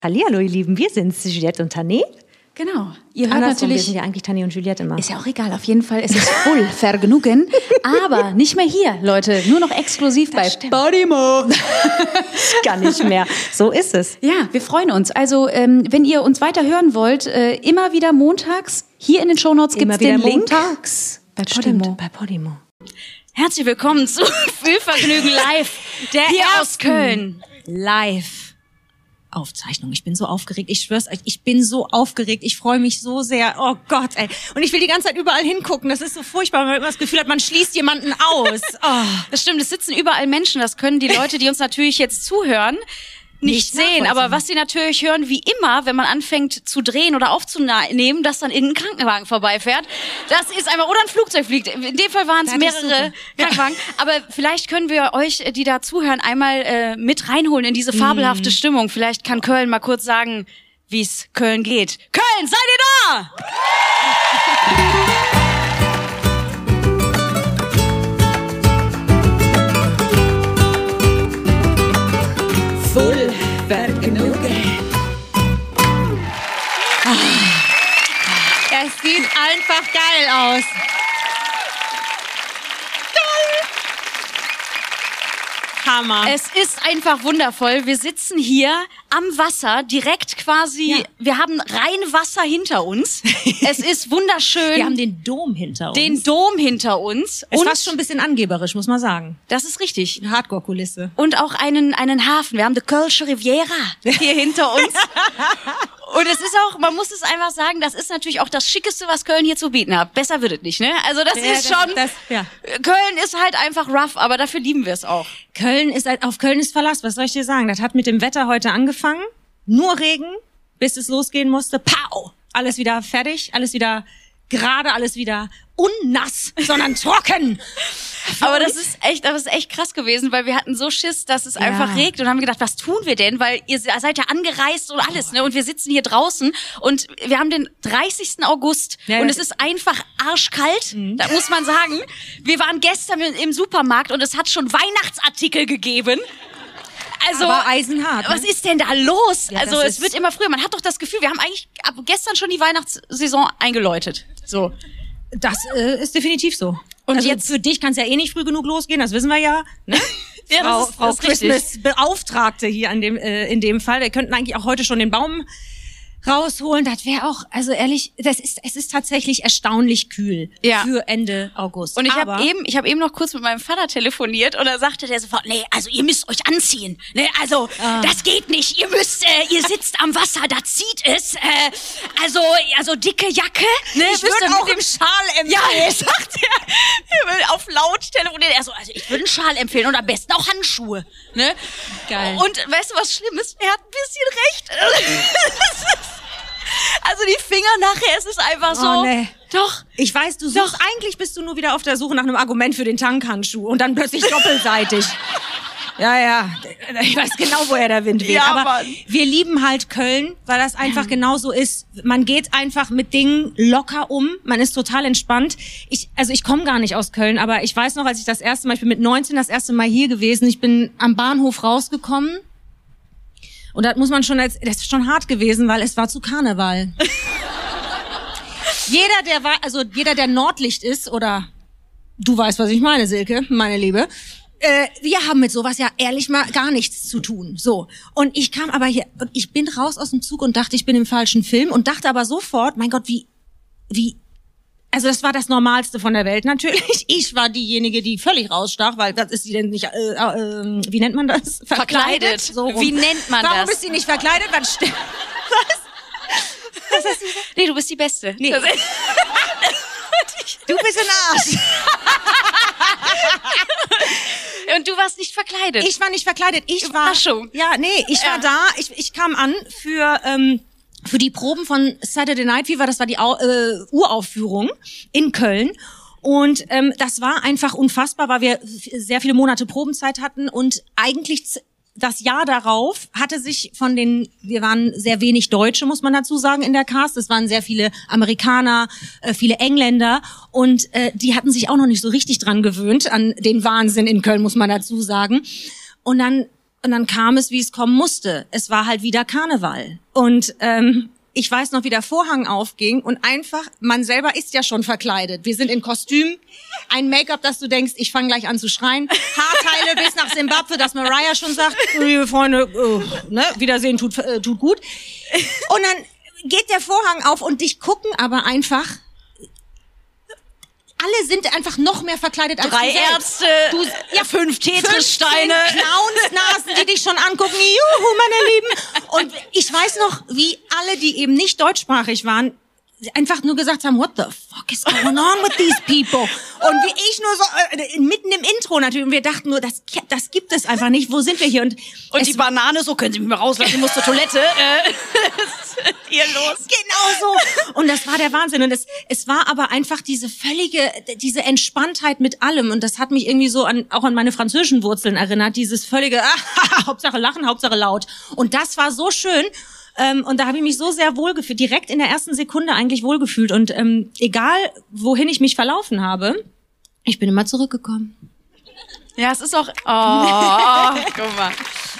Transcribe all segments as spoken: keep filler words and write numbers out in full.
Hallihallo, ihr Lieben, wir sind's, Juliette und Tané. Genau. Ihr hört Andersrum, natürlich. wir sind ja eigentlich Tané und Juliette immer. Ist ja auch egal, auf jeden Fall ist es voll Vergnügen. Aber nicht mehr hier, Leute, nur noch exklusiv bei Podimo. Gar nicht mehr. So ist es. Ja, wir freuen uns. Also, ähm, wenn ihr uns weiter hören wollt, äh, immer wieder montags, hier in den Shownotes gibt's den Link. Montags. Bei Stimmt, Podimo. bei Podimo. Herzlich willkommen zu Fühlvergnügen live, der Hier aus Köln. Live. Aufzeichnung. Ich bin so aufgeregt. Ich schwör's euch, ich bin so aufgeregt. Ich freue mich so sehr. Oh Gott, ey. Und ich will die ganze Zeit überall hingucken. Das ist so furchtbar, weil man immer das Gefühl hat, man schließt jemanden aus. Oh. Das stimmt, es sitzen überall Menschen, das können die Leute, die uns natürlich jetzt zuhören, nicht, Nicht sehen. Aber was sie natürlich hören, wie immer, wenn man anfängt zu drehen oder aufzunehmen, dass dann irgendein Krankenwagen vorbeifährt, das ist einfach, oder ein Flugzeug fliegt. In dem Fall waren es mehrere Krankenwagen. Aber vielleicht können wir euch, die da zuhören, einmal äh, mit reinholen in diese fabelhafte mm. Stimmung. Vielleicht kann Köln mal kurz sagen, wie es Köln geht. Köln, seid ihr da? Voll Vergnügen. Es sieht einfach geil aus. Geil. Hammer. Es ist einfach wundervoll. Wir sitzen hier am Wasser, direkt quasi, Ja. wir haben rein Wasser hinter uns. Es ist wunderschön. Wir haben den Dom hinter uns. den Dom hinter uns. Es und war schon ein bisschen angeberisch, muss man sagen. das ist richtig. Eine Hardcore-Kulisse. Und auch einen, einen Hafen. Wir haben die Kölsche Riviera hier hinter uns. Und es ist auch, man muss es einfach sagen, das ist natürlich auch das Schickeste, was Köln hier zu bieten hat. Besser wird es nicht, ne? Also das Ja, ist das- schon, das- ja. Köln ist halt einfach rough, aber dafür lieben wir es auch. Köln ist, auf Köln ist Verlass. Was soll ich dir sagen? Das hat mit dem Wetter heute angefangen. Nur Regen, bis es losgehen musste. Pow! Alles wieder fertig, alles wieder gerade, alles wieder unnass, sondern trocken. Aber das ist echt, das ist echt krass gewesen, weil wir hatten so Schiss, dass es Ja. einfach regnet und haben gedacht, was tun wir denn? Weil ihr seid ja angereist und alles, ne? Und wir sitzen hier draußen und wir haben den dreißigsten August Ja, und das- es ist einfach arschkalt. Da muss man sagen, wir waren gestern im Supermarkt und es hat schon Weihnachtsartikel gegeben. Also, Aber eisenhart. was ne? ist denn da los? Ja, also, das es ist- wird immer früher. Man hat doch das Gefühl, wir haben eigentlich ab gestern schon die Weihnachtssaison eingeläutet. So. Das äh, ist definitiv so. Und also jetzt für dich kann es ja eh nicht früh genug losgehen, das wissen wir ja. Ne? Ja, Frau, das ist- Frau das ist richtig. Christmas Beauftragte hier an dem, äh, in dem Fall. Wir könnten eigentlich auch heute schon den Baum rausholen. Das wäre auch, also ehrlich, das ist, es ist tatsächlich erstaunlich kühl Ja. für Ende August. Und ich Aber habe eben, ich habe eben noch kurz mit meinem Vater telefoniert und da sagte der sofort, nee, also ihr müsst euch anziehen, ne, also Ah. das geht nicht, ihr müsst, äh, ihr sitzt am Wasser, da zieht es, äh, also, also dicke Jacke, ne, ich müsst würde ihr auch mit im Schal empfehlen. Ja, er sagt er, er will auf laut telefonieren. Er so, also ich würde einen Schal empfehlen und am besten auch Handschuhe, ne? Geil. Und weißt du was Schlimmes? Er hat ein bisschen recht. Also die Finger nachher, es ist einfach so. Oh, nee. Doch. Ich weiß, du suchst, eigentlich bist du nur wieder auf der Suche nach einem Argument für den Tankhandschuh und dann plötzlich doppelseitig. Ja, ja, ich weiß genau, woher der Wind weht. Ja, Aber Mann. wir lieben halt Köln, weil das einfach genauso ist. Man geht einfach mit Dingen locker um, man ist total entspannt. Ich, also ich komme gar nicht aus Köln, aber ich weiß noch, als ich das erste Mal, ich bin mit neunzehn das erste Mal hier gewesen, ich bin am Bahnhof rausgekommen und das muss man schon als, das ist schon hart gewesen, weil es war zu Karneval. Jeder, der war, also jeder, der Nordlicht ist, oder du weißt, was ich meine, Silke, meine Liebe, äh, wir haben mit sowas ja ehrlich mal gar nichts zu tun. So. Und ich kam aber hier, und ich bin raus aus dem Zug und dachte, ich bin im falschen Film und dachte aber sofort, mein Gott, wie, wie, also das war das Normalste von der Welt natürlich. Ich war diejenige, die völlig rausstach, weil das ist sie denn nicht, äh, äh, wie nennt man das? Verkleidet. So rum. Wie nennt man Warum das? ist sie nicht verkleidet? Was stimmt? Was? Nee, du bist die Beste. Nee. Das- Du bist ein Arsch. Und du warst nicht verkleidet. Ich war nicht verkleidet. Ich war. Überraschung. Ja, nee, ich war Ja. da. Ich, ich kam an für ähm, für die Proben von Saturday Night Fever. Das war die Au äh, Uraufführung in Köln. Und ähm, das war einfach unfassbar, weil wir sehr viele Monate Probenzeit hatten und eigentlich z- das Jahr darauf hatte sich von den, wir waren sehr wenig Deutsche, muss man dazu sagen, in der Cast. Es waren sehr viele Amerikaner, äh, viele Engländer und äh, die hatten sich auch noch nicht so richtig dran gewöhnt an den Wahnsinn in Köln, muss man dazu sagen. Und dann Und dann kam es, wie es kommen musste. Es war halt wieder Karneval. Und ähm, ich weiß noch, wie der Vorhang aufging und einfach, man selber ist ja schon verkleidet. Wir sind in Kostüm, ein Make-up, dass du denkst, ich fange gleich an zu schreien. Haarteile bis nach Simbabwe, dass Mariah schon sagt, liebe Freunde, uh, ne, Wiedersehen tut, äh, tut gut. Und dann geht der Vorhang auf und dich gucken aber einfach... Alle sind einfach noch mehr verkleidet als Drei du selbst. Ärzte, du, ja, fünf Tetris-Steine. Clownsnasen, die dich schon angucken. Juhu, meine Lieben. Und ich weiß noch, wie alle, die eben nicht deutschsprachig waren, einfach nur gesagt haben, what the fuck is going on with these people? Und wie ich nur so, äh, mitten im Intro natürlich, und wir dachten nur, das, das gibt es einfach nicht, wo sind wir hier? Und, und die Banane, so, können Sie mich mal rauslassen, ich muss zur Toilette. Äh, hier los. Genau so. Und das war der Wahnsinn. Und es, es war aber einfach diese völlige, diese Entspanntheit mit allem. Und das hat mich irgendwie so an, auch an meine französischen Wurzeln erinnert, dieses völlige, ah, Hauptsache lachen, Hauptsache laut. Und das war so schön. Ähm, und da habe ich mich so sehr wohlgefühlt, direkt in der ersten Sekunde eigentlich wohlgefühlt. Und ähm, egal, wohin ich mich verlaufen habe, ich bin immer zurückgekommen. Ja, es ist auch... Oh, guck mal.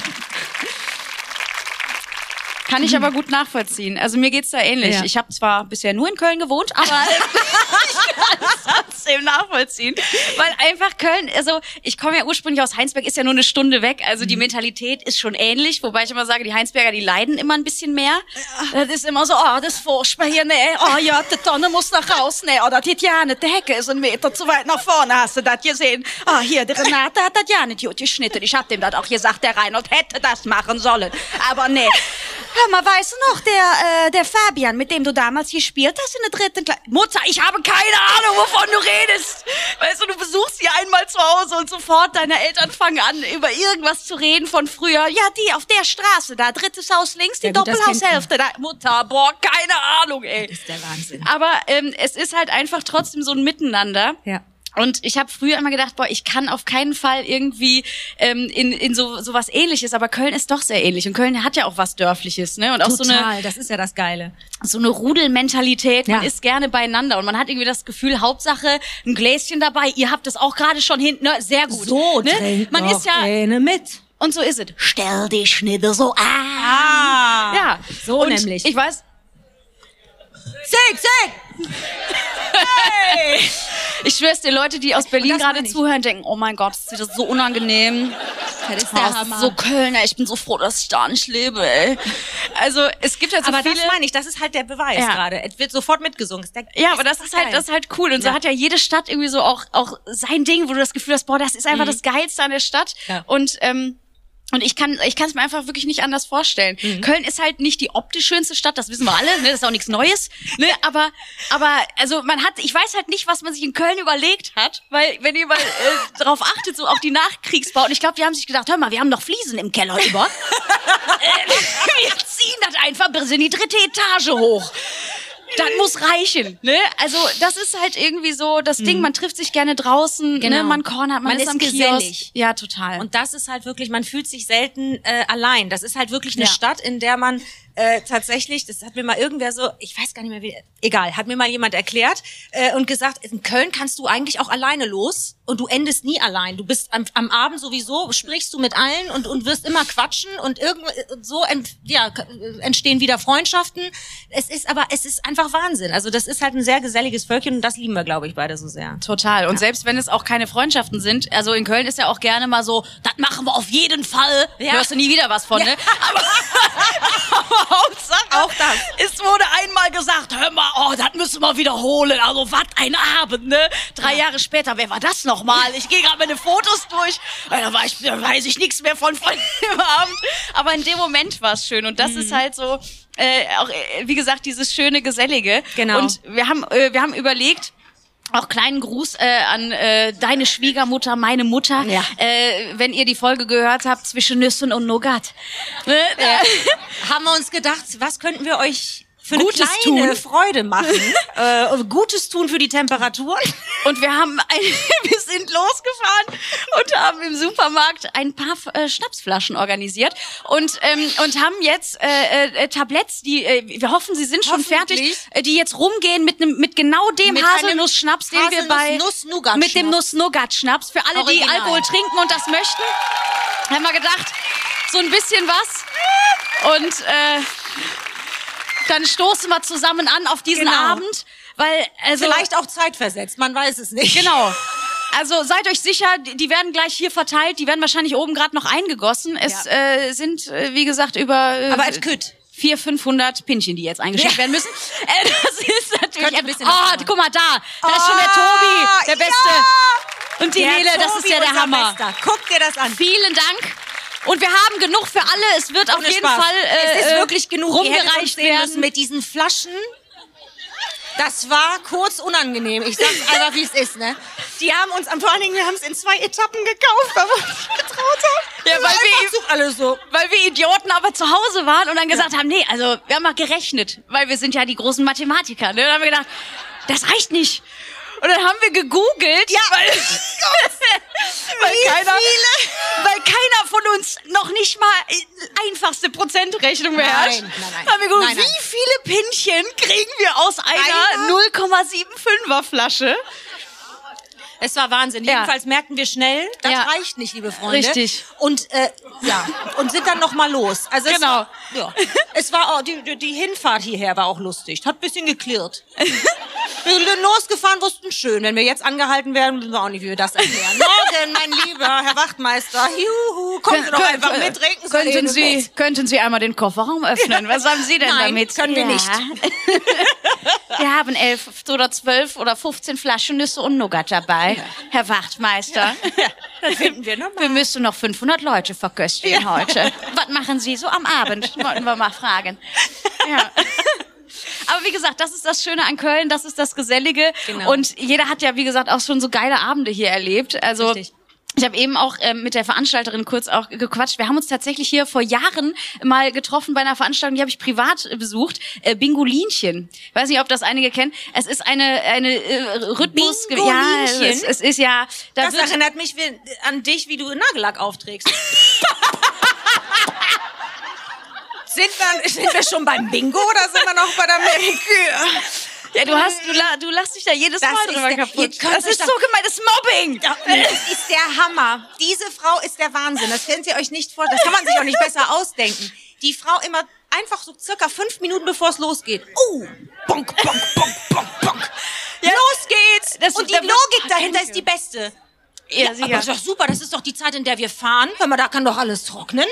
Kann ich aber gut nachvollziehen. Also mir geht's da ähnlich. Ja. Ich habe zwar bisher nur in Köln gewohnt, aber ich kann es trotzdem nachvollziehen. Weil einfach Köln, also ich komme ja ursprünglich aus Heinsberg, ist ja nur eine Stunde weg. Also die Mentalität ist schon ähnlich. Wobei ich immer sage, die Heinsberger, die leiden immer ein bisschen mehr. Das ist immer so, oh, das ist furchtbar hier, ne. Oh ja, die Tonne muss nach raus, ne. Oder die Tiane, die Hecke ist ein Meter zu weit nach vorne, hast du das gesehen? Oh, hier, der Renate hat das ja nicht gut geschnitten. Ich hab dem das auch gesagt, der Reinhold hätte das machen sollen. Aber ne. Hör mal, weißt du noch, der äh, der Fabian, mit dem du damals gespielt hast in der dritten Klasse? Mutter, ich habe keine Ahnung, wovon du redest. Weißt du, du besuchst sie einmal zu Hause und sofort deine Eltern fangen an, über irgendwas zu reden von früher. Ja, die auf der Straße da, drittes Haus links, die ja, gut, Doppelhaushälfte da. Mutter, boah, keine Ahnung, ey. Das ist der Wahnsinn. Aber ähm, es ist halt einfach trotzdem so ein Miteinander. Ja. Und ich habe früher immer gedacht, boah, ich kann auf keinen Fall irgendwie ähm, in in so so was Ähnliches, aber Köln ist doch sehr ähnlich und Köln hat ja auch was Dörfliches, ne? Und auch Total, so eine, das ist ja das Geile. So eine Rudelmentalität, man ja. ist gerne beieinander und man hat irgendwie das Gefühl, Hauptsache ein Gläschen dabei. Ihr habt es auch gerade schon hinten, ne? Sehr gut. So, ne? Man ist ja eine mit. Und so ist es. Stell dich nicht so an. Ah, ja, so und nämlich. Ich weiß. Sing, sing! Hey! Ich schwör's dir, Leute, die aus Berlin gerade zuhören, denken, oh mein Gott, das ist so unangenehm. Das ist der oh, Hammer. So Kölner, ich bin so froh, dass ich da nicht lebe, ey. Also, es gibt halt so aber viele... das meine ich, das ist halt der Beweis ja. gerade. Es wird sofort mitgesungen. Der, ja, aber das ist halt, das ist halt cool. Und so ja. hat ja jede Stadt irgendwie so auch, auch sein Ding, wo du das Gefühl hast, boah, das ist einfach mhm. das Geilste an der Stadt. Ja. Und, ähm, Und ich kann ich kann es mir einfach wirklich nicht anders vorstellen. Mhm. Köln ist halt nicht die optisch schönste Stadt, das wissen wir alle, ne, das ist auch nichts Neues, ne, aber aber also man hat, ich weiß halt nicht, was man sich in Köln überlegt hat, weil wenn ihr mal äh, darauf achtet, so auf die Nachkriegsbauten, ich glaube, die haben sich gedacht, hör mal, wir haben noch Fliesen im Keller über. äh, wir ziehen das einfach bis in die dritte Etage hoch. Das muss reichen, ne? Also das ist halt irgendwie so das Ding, man trifft sich gerne draußen, genau. ne? Man cornert, man, man ist, ist am gesellig. Kiosk. Ja, total. Und das ist halt wirklich, man fühlt sich selten äh, allein. Das ist halt wirklich eine ja. Stadt, in der man äh, tatsächlich, das hat mir mal irgendwer so, ich weiß gar nicht mehr wie, egal, hat mir mal jemand erklärt äh, und gesagt, in Köln kannst du eigentlich auch alleine los und du endest nie allein. Du bist am, am Abend sowieso, sprichst du mit allen und und wirst immer quatschen und irgend so ent, ja, entstehen wieder Freundschaften. Es ist aber, es ist einfach Wahnsinn. Also das ist halt ein sehr geselliges Völkchen und das lieben wir, glaube ich, beide so sehr. Total. Und ja. selbst wenn es auch keine Freundschaften sind, also in Köln ist ja auch gerne mal so, das machen wir auf jeden Fall. Ja. Hörst du nie wieder was von, ja. ne? Aber, aber Hauptsache, auch das. Es wurde einmal gesagt, hör mal, oh, das müssen wir wiederholen. Also was ein Abend, ne? Drei ja. Jahre später, wer war das nochmal? Ich gehe gerade meine Fotos durch. Da, war ich, da weiß ich nichts mehr von, von dem Abend. Aber in dem Moment war es schön. Und das mhm. ist halt so, äh, auch, äh, wie gesagt, dieses schöne Gesellige. Genau. Und wir haben, äh, wir haben überlegt, auch kleinen Gruß äh, an äh, deine Schwiegermutter, meine Mutter, ja. äh, wenn ihr die Folge gehört habt, zwischen Nüssen und Nougat. Ne? Ja. Haben wir uns gedacht, was könnten wir euch für eine Gutes kleine tun. Freude machen? äh, Gutes tun für die Temperaturen. Und wir haben, ein, wir sind losgefahren und haben im Supermarkt ein paar äh, Schnapsflaschen organisiert und ähm, und haben jetzt äh, äh, Tabletts, die äh, wir hoffen, sie sind schon fertig, äh, die jetzt rumgehen mit nem, mit genau dem mit Haselnuss-Schnaps, den wir bei Nuss-Nougat mit dem Nuss-Nougat-Schnaps für alle, Original. die Alkohol trinken und das möchten. Haben wir gedacht, so ein bisschen was. Und äh, dann stoßen wir zusammen an auf diesen Genau. Abend. Weil, also, Vielleicht auch zeitversetzt, man weiß es nicht. Genau. Also seid euch sicher, die die werden gleich hier verteilt, die werden wahrscheinlich oben gerade noch eingegossen. Es Ja. äh, sind, äh, wie gesagt, über äh, Aber et küt. vier, fünfhundert Pinchen, die jetzt eingeschickt Ja. werden müssen. Äh, das ist natürlich Könnte ein ein bisschen bisschen. was Oh, dauern. guck mal da, da ist schon der Oh, Tobi, der Beste. ja. Und die Der Nele, das Tobi, ist ja der unser Hammer. Bester. Guck dir das an. Vielen Dank. Und wir haben genug für alle. Es wird auf Ohne jeden Spaß. Fall äh, es ist wirklich genug. Ihr hättet uns rumgereicht sehen müssen werden. mit diesen Flaschen. Das war kurz unangenehm. Ich sag's einfach, wie es ist, ne? Die haben uns, vor allen Dingen, wir haben es in zwei Etappen gekauft, weil wir uns nicht getraut haben. Ja, Das weil war wir- einfach so alle so. Weil wir Idioten aber zu Hause waren und dann gesagt haben, nee, also wir haben mal gerechnet, weil wir sind ja die großen Mathematiker. Ne? Dann haben wir gedacht, das reicht nicht. Und dann haben wir gegoogelt, Ja. weil, weil, Wie keiner, viele? weil keiner von uns noch nicht mal einfachste Prozentrechnung beherrscht. Nein, nein, nein. Haben wir geguckt, Nein, nein. wie viele Pinchen kriegen wir aus einer Einer? null Komma fünfundsiebziger Flasche? Es war Wahnsinn. Ja. Jedenfalls merkten wir schnell, das Ja. reicht nicht, liebe Freunde. Richtig. Und äh, ja, und sind dann noch mal los. Also es Genau. War, ja. Es war auch die, die- die Hinfahrt hierher war auch lustig. Hat ein bisschen geklirrt. Wir sind losgefahren, wussten schön. Wenn wir jetzt angehalten werden, wissen wir auch nicht, wie wir das erklären. Morgen, mein lieber Herr Wachtmeister, juhu, kommen Sie doch Kön- einfach kön- mit, trinken Sie könnten eben Sie, mit. könnten Sie einmal den Kofferraum öffnen? Was haben Sie denn Nein, damit? können wir nicht. Wir haben elf oder zwölf oder fünfzehn Flaschen Nüsse und Nougat dabei, Herr Wachtmeister. Das finden wir normal. Wir müssen noch fünfhundert Leute verköstigen heute. Was machen Sie so am Abend? Wollten wir mal fragen. Ja. Aber wie gesagt, das ist das Schöne an Köln, das ist das Gesellige. Genau. Und jeder hat ja, wie gesagt, auch schon so geile Abende hier erlebt. Also Richtig. ich habe eben auch ähm, mit der Veranstalterin kurz auch gequatscht. Wir haben uns tatsächlich hier vor Jahren mal getroffen bei einer Veranstaltung, die habe ich privat äh, besucht. Äh, Bingolinchen. Weiß nicht, ob das einige kennen. Es ist eine eine äh, Rhythmus. Ja, Bingolinchen? es, es ist ja. Da Das wird, erinnert mich wie, an dich, wie du Nagellack aufträgst. sind, wir, sind wir schon beim Bingo oder sind wir noch bei der Maniküre? ja, du hast, du, la, du lachst dich da jedes Das Mal ist drüber der- kaputt. ihr könnt Das euch ist da- so gemein, das ist Mobbing. Ja, das ist der Hammer. Diese Frau ist der Wahnsinn. Das könnt ihr euch nicht vorstellen. Das kann man sich auch nicht besser ausdenken. Die Frau immer einfach so circa fünf Minuten bevor es losgeht. Oh, bonk, bonk, bonk, bonk, bonk. Ja, Los geht's. das- Und die da wird- Logik dahinter ist die beste. Ja, Aber sicher. das ist doch super. Das ist doch die Zeit, in der wir fahren. Hör mal, da kann doch alles trocknen.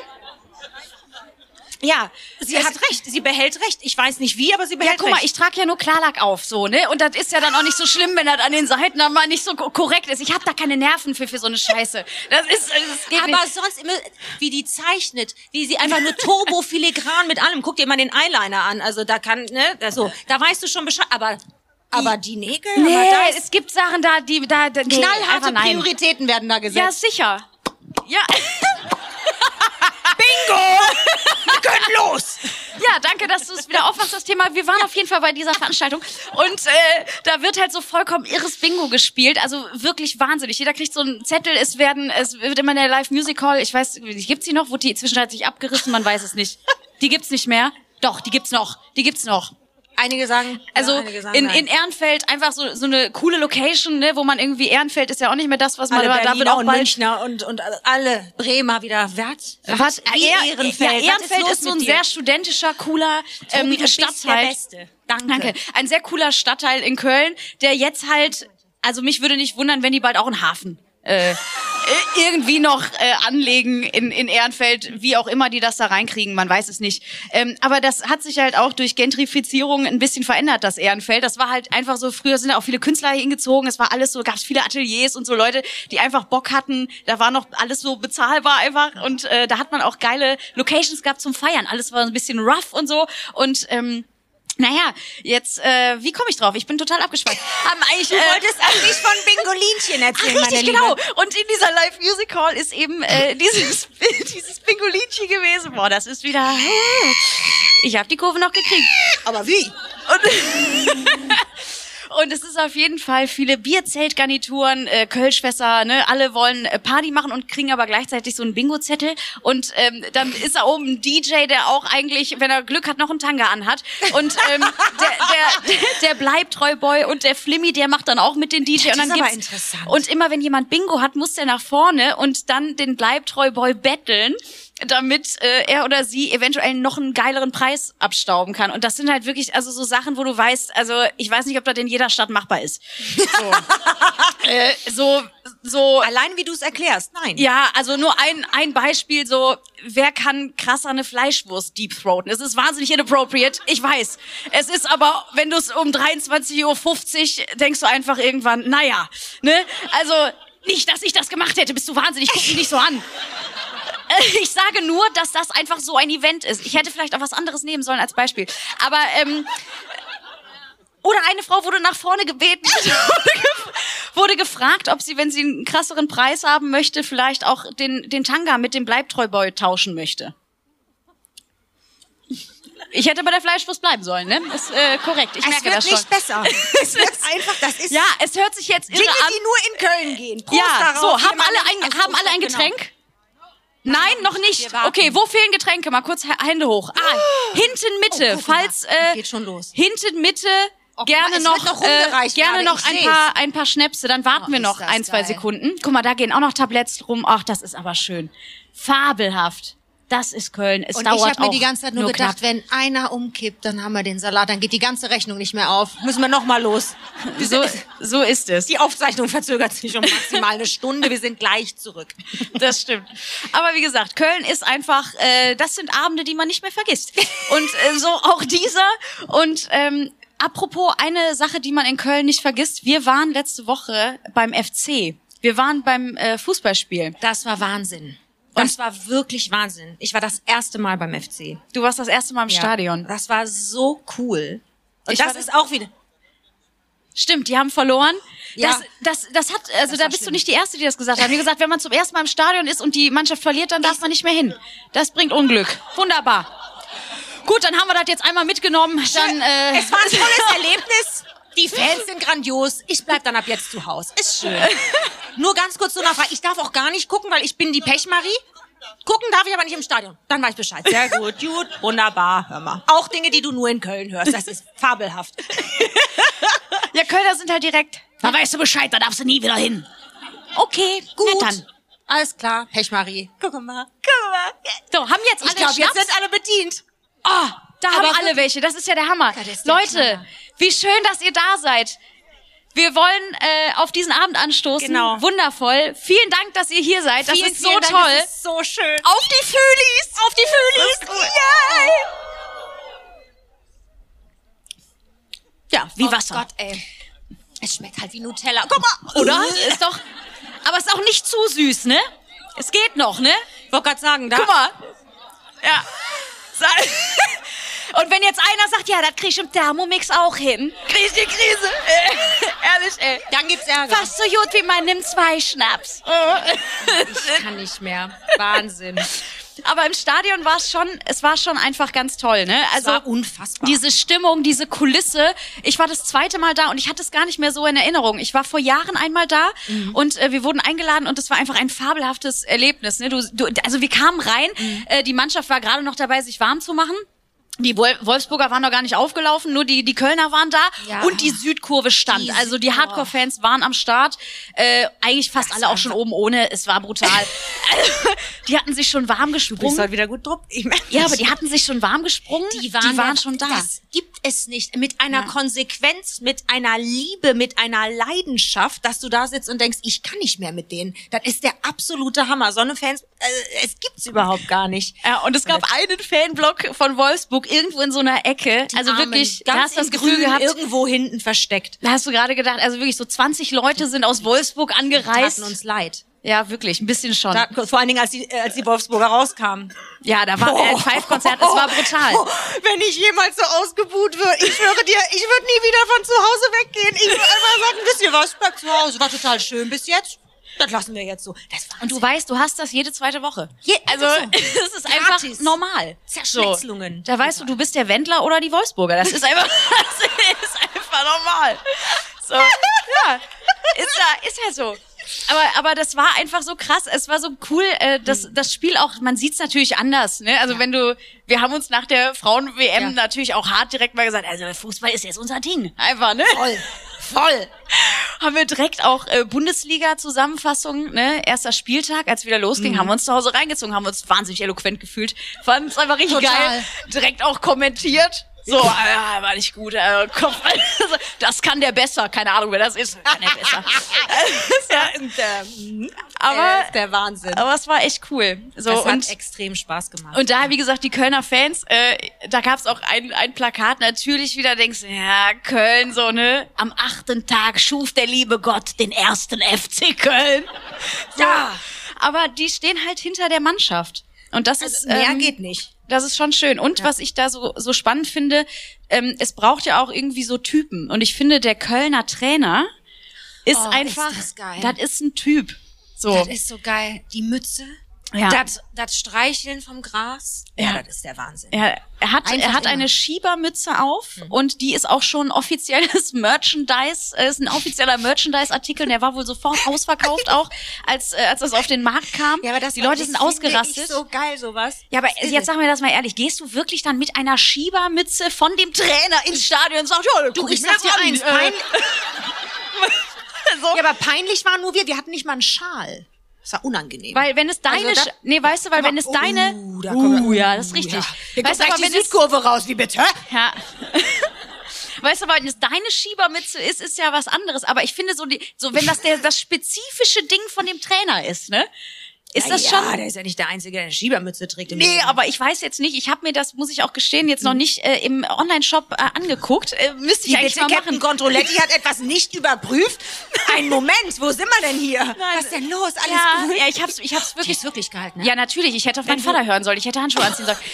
Ja, sie Es- hat recht. Sie behält recht. Ich weiß nicht wie, aber sie Ja, behält guck mal, recht. ich trage ja nur Klarlack auf, so, ne? Und das ist ja dann auch nicht so schlimm, wenn das an den Seiten dann mal nicht so ko- korrekt ist. Ich habe da keine Nerven für, für so eine Scheiße. Das ist, das geht Aber nicht. sonst immer, wie die zeichnet, wie sie einfach nur turbo filigran mit allem. Guck dir mal den Eyeliner an. Also da kann, ne, also, da weißt du schon Bescheid. Aber, aber die Nägel, Nee, aber da ist es gibt Sachen da, die, da, da nee, einfach knallharte nein. Prioritäten werden da Ja, gesetzt. sicher. Ja. Bingo! Wir können los! Ja, danke, dass du es wieder aufmachst, das Thema. Wir waren auf jeden Fall bei dieser Veranstaltung und äh, da wird halt so vollkommen irres Bingo gespielt, also wirklich wahnsinnig. Jeder kriegt so einen Zettel, es werden, es wird immer in der Live Music Hall, ich weiß, gibt's die noch? Wurde die zwischenzeitlich abgerissen? Man weiß es nicht. Die gibt's nicht mehr? Doch, die gibt's noch. Die gibt's noch. Einige sagen, Also ja, einige sagen in, nein. in Ehrenfeld einfach so so eine coole Location, ne, wo man irgendwie Ehrenfeld ist ja auch nicht mehr das, was man alle aber da wird Berliner auch und bald. Münchner und, und alle Bremer wieder wert. Was? Wie Ehr- Ehrenfeld. Ja, Was Ehrenfeld los ist so mit ein dir? sehr studentischer, cooler ähm, Tobi, du bist Stadtteil. der Beste. Danke. Danke. Ein sehr cooler Stadtteil in Köln, der jetzt halt, also mich würde nicht wundern, wenn die bald auch einen Hafen äh, irgendwie noch äh, anlegen in, in Ehrenfeld, wie auch immer die das da reinkriegen, man weiß es nicht. Ähm, aber das hat sich halt auch durch Gentrifizierung ein bisschen verändert, das Ehrenfeld. Das war halt einfach so, früher sind da auch viele Künstler hingezogen, es war alles so, gab es viele Ateliers und so Leute, die einfach Bock hatten, da war noch alles so bezahlbar einfach und äh, da hat man auch geile Locations gehabt zum Feiern, alles war ein bisschen rough und so und ähm, naja, jetzt, äh, wie komme ich drauf? Ich bin total abgeschweift. Haben eigentlich, Du äh, wolltest eigentlich von Bingolinchen Ach, erzählen, richtig, meine genau. Liebe. Und in dieser Live Music Hall ist eben äh, dieses dieses Bingolinchen gewesen. Boah, das ist wieder. Ich habe die Kurve noch gekriegt. Aber wie? Und, und es ist auf jeden Fall viele Bierzeltgarnituren, äh, Kölschfässer, ne, alle wollen äh, Party machen und kriegen aber gleichzeitig so einen Bingo-Zettel und ähm, dann ist da oben ein D J, der auch eigentlich, wenn er Glück hat, noch einen Tanga anhat und ähm, der, der, der Bleibtreu-Boy und der Flimmy, der macht dann auch mit den D J Das und dann ist aber gibt's interessant. und immer wenn jemand Bingo hat, muss der nach vorne und dann den Bleibtreu-Boy betteln. damit äh, er oder sie eventuell noch einen geileren Preis abstauben kann. Und das sind halt wirklich also so Sachen, wo du weißt, also ich weiß nicht, ob das in jeder Stadt machbar ist. So, äh, so, so Allein wie du es erklärst, nein. ja, also nur ein ein Beispiel, so wer kann krasser eine Fleischwurst deepthroaten? Es ist wahnsinnig inappropriate, ich weiß. Es ist aber, wenn du es um dreiundzwanzig Uhr fünfzig denkst du einfach irgendwann, naja, ne? Also nicht, dass ich das gemacht hätte, bist du wahnsinnig, guck mich nicht so an. Ich sage nur, dass das einfach so ein Event ist. Ich hätte vielleicht auch was anderes nehmen sollen als Beispiel. Aber, ähm, oder eine Frau wurde nach vorne gebeten, wurde gefragt, ob sie, wenn sie einen krasseren Preis haben möchte, vielleicht auch den, den Tanga mit dem Bleibtreu-Boy tauschen möchte. Ich hätte bei der Fleischwurst bleiben sollen, ne? Ist äh, korrekt. Ich es merke wird das schon. nicht besser. Es wird einfach, das ist Ja, es hört sich jetzt irre Dinge, an. die nur in Köln gehen. Prost Ja, darauf. so, haben Jemand- alle ein, Ach, haben alle ein genau. Getränk? Nein, noch nicht. Wir warten. Okay, wo fehlen Getränke? Mal kurz Hände hoch. Ah, hinten Mitte, Oh, guck mal, falls äh, geht schon los. hinten Mitte Oh, guck gerne mal, es noch, wird noch äh, rumgereicht gerne gerade, noch ich ein seh's. paar ein paar Schnäpse, dann warten Oh, wir ist noch das ein, zwei geil. Sekunden. Guck mal, da gehen auch noch Tabletts rum. Ach, das ist aber schön. Fabelhaft. Das ist Köln. Es Und dauert ich habe mir auch die ganze Zeit nur, nur gedacht, knapp. wenn einer umkippt, dann haben wir den Salat, dann geht die ganze Rechnung nicht mehr auf. Müssen wir noch mal los. So, so ist es. Die Aufzeichnung verzögert sich um maximal eine Stunde. Wir sind gleich zurück. Das stimmt. Aber wie gesagt, Köln ist einfach, äh, das sind Abende, die man nicht mehr vergisst. Und äh, so auch dieser. Und ähm, apropos eine Sache, die man in Köln nicht vergisst. Wir waren letzte Woche beim F C. Wir waren beim äh, Fußballspiel. Das war Wahnsinn. Das war wirklich Wahnsinn. Ich war das erste Mal beim F C. Du warst das erste Mal im Ja. Stadion. Das war so cool. Und Ich das war- ist auch wieder... Stimmt, die haben verloren. Ja. Das, das, das hat, also Das da war bist du schlimm. nicht die Erste, die das gesagt hat. Wie gesagt, wenn man zum ersten Mal im Stadion ist und die Mannschaft verliert, dann darf man nicht mehr hin. Das bringt Unglück. Wunderbar. Gut, dann haben wir das jetzt einmal mitgenommen. Dann, äh, Es war ein tolles Erlebnis. Die Fans sind grandios. Ich bleib dann ab jetzt zu Hause. Ist schön. Nur ganz kurz so nachfragen. Ich darf auch gar nicht gucken, weil ich bin die Pechmarie. Gucken darf ich aber nicht im Stadion. Dann weiß ich Bescheid. Sehr gut, gut, wunderbar. Hör mal. Auch Dinge, die du nur in Köln hörst. Das ist fabelhaft. ja, Kölner sind halt direkt. Da weißt du Bescheid, da darfst du nie wieder hin. Okay, gut. Gut. Na dann. Alles klar, Pechmarie. Guck mal, guck mal. So, haben jetzt alle Ich glaube, jetzt Schnaps? sind alle bedient. Oh, da Aber haben alle wirklich- welche. Das ist ja der Hammer. Ja, das ist der Leute, Knaller. wie schön, dass ihr da seid. Wir wollen äh, auf diesen Abend anstoßen. Genau. Wundervoll. Vielen Dank, dass ihr hier seid. Das Vielen, ist so vielen Dank, toll. Das ist so schön. Auf die Fühlis! Auf die Fühlis! Yay! Ja, wie Oh Wasser. Gott, ey. Es schmeckt halt wie Nutella. Guck mal. Oder? Ist doch. Aber es ist auch nicht zu süß, ne? Es geht noch, ne? Ich wollte gerade sagen, da... Guck mal. Ja. Und wenn jetzt einer sagt, ja, das krieg ich im Thermomix auch hin, krieg ich die Krise. Ehrlich, ey. Dann gibt's Ärger. Fast so gut wie mein Nimm zwei Schnaps. Ich kann nicht mehr. Wahnsinn. Aber im Stadion war es schon, es war schon einfach ganz toll, ne? Es Also war unfassbar. diese Stimmung, diese Kulisse. Ich war das zweite Mal da und ich hatte es gar nicht mehr so in Erinnerung. Ich war vor Jahren einmal da Mhm. und äh, wir wurden eingeladen und es war einfach ein fabelhaftes Erlebnis. Ne? Du, du, also wir kamen rein, Mhm. äh, die Mannschaft war gerade noch dabei, sich warm zu machen. Die Wol- Wolfsburger waren noch gar nicht aufgelaufen, nur die die Kölner waren da Ja. und die Südkurve stand. Die also die Südkurve. Hardcore-Fans waren am Start. Äh, eigentlich fast alle auch schon oben ohne. Es war brutal. Also, die hatten sich schon warm gesprungen. heute wieder gut drauf. Ich merk Ja, das. aber die hatten sich schon warm gesprungen. Die waren, die waren ja- schon da. Das gibt es nicht. Mit einer Ja. Konsequenz, mit einer Liebe, mit einer Leidenschaft, dass du da sitzt und denkst, ich kann nicht mehr mit denen. Das ist der absolute Hammer. So eine Fans, äh, es gibt's überhaupt gar nicht. Ja, und es gab einen Fanblock von Wolfsburg irgendwo in so einer Ecke. Die also Armen, wirklich, ganz da hast du das in Gefühl Grün gehabt, irgendwo hinten versteckt. da hast du gerade gedacht, also wirklich so zwanzig Leute sind aus Wolfsburg Taten angereist. uns leid. Ja, wirklich, ein bisschen schon. Da, vor allen Dingen, als die, äh, als die Wolfsburger rauskamen. ja, da war äh, ein Five-Konzert, es war brutal. Wenn ich jemals so ausgebuht würde, ich schwöre dir, ich würde nie wieder von zu Hause weggehen. Ich würde einfach sagen, wisst ihr was, bleib zu Hause. War total schön bis jetzt. Das lassen wir jetzt so. Das war Und du weißt, du hast das jede zweite Woche. Je- also, das ist so. es ist einfach Gratis. normal. Zerschnetzlungen. Da weißt du, du bist der Wendler oder die Wolfsburger. Das ist einfach, das ist einfach normal. So, ja, ist ja, ist ja so. aber, aber das war einfach so krass. Es war so cool, äh, das, das Spiel auch, man sieht's natürlich anders, ne? Also ja. wenn du, wir haben uns nach der Frauen-W M ja. natürlich auch hart direkt mal gesagt, also Fußball ist jetzt unser Ding. Einfach, ne? Voll. Voll. Haben wir direkt auch äh, Bundesliga-Zusammenfassung, ne? Erster Spieltag, als wieder losging, mhm. haben wir uns zu Hause reingezogen, haben uns wahnsinnig eloquent gefühlt. Fanden es einfach richtig Total. geil. Direkt auch kommentiert. So, äh, war nicht gut. Äh, Kopf, also, das kann der besser. Keine Ahnung, wer das ist. Kann der besser. ja, der, aber ist der Wahnsinn. Aber es war echt cool. So, das hat und, extrem Spaß gemacht. Und da, wie gesagt, die Kölner Fans, äh, da gab's auch ein, ein Plakat. Natürlich wieder denkst du, ja, Köln, so, ne? Am achten Tag schuf der liebe Gott den ersten F C Köln. So. Ja. Aber die stehen halt hinter der Mannschaft. Und das also ist mehr ähm, geht nicht. Das ist schon schön. Und ja. was ich da so so spannend finde, ähm, es braucht ja auch irgendwie so Typen. Und ich finde, der Kölner Trainer ist oh, einfach, ist das geil. Das ist ein Typ. So. Das ist so geil. Die Mütze, ja. das, das Streicheln vom Gras, ja, ja, das ist der Wahnsinn. Ja, er hat, Einfach er hat immer. eine Schiebermütze auf mhm. und die ist auch schon offizielles Merchandise, äh, ist ein offizieller Merchandise-Artikel, der war wohl sofort ausverkauft auch, als, äh, als das auf den Markt kam. Ja, aber das die Leute sind ausgerastet. Ich so geil, sowas. Ja, aber jetzt sag mir das mal ehrlich, gehst du wirklich dann mit einer Schiebermütze von dem Trainer ins Stadion und sagst, ja, du, ich sag dir eins, pein- so. Ja, aber peinlich waren nur wir, wir hatten nicht mal einen Schal. Das war unangenehm. Weil wenn es deine, also Sch- nee, weißt du, weil wenn es oh, deine, da kommt uh, ja, das ist richtig. Ja. Weißt du, aber die wenn es, Südkurve raus, wie bitte? ja. Weißt du, aber wenn es deine Schiebermütze ist, ist ja was anderes. Aber ich finde so, die, so wenn das der, das spezifische Ding von dem Trainer ist, ne? Ist ja, das ja, schon? der ist ja nicht der Einzige, der eine Schiebermütze trägt. Im Nee, Leben. aber ich weiß jetzt nicht. Ich habe mir das, muss ich auch gestehen, jetzt noch nicht äh, im Online-Shop äh, angeguckt. Äh, müsste ich Die eigentlich bitte, mal Captain machen. Controletti hat etwas nicht überprüft. Ein Moment, wo sind wir denn hier? Nein, was ist denn los? Alles ja, gut? ja, ich hab's, ich hab's wirklich, wirklich gehalten. Ne? Ja, natürlich. Ich hätte auf meinen Wenn Vater hören sollen. Ich hätte Handschuhe anziehen sollen.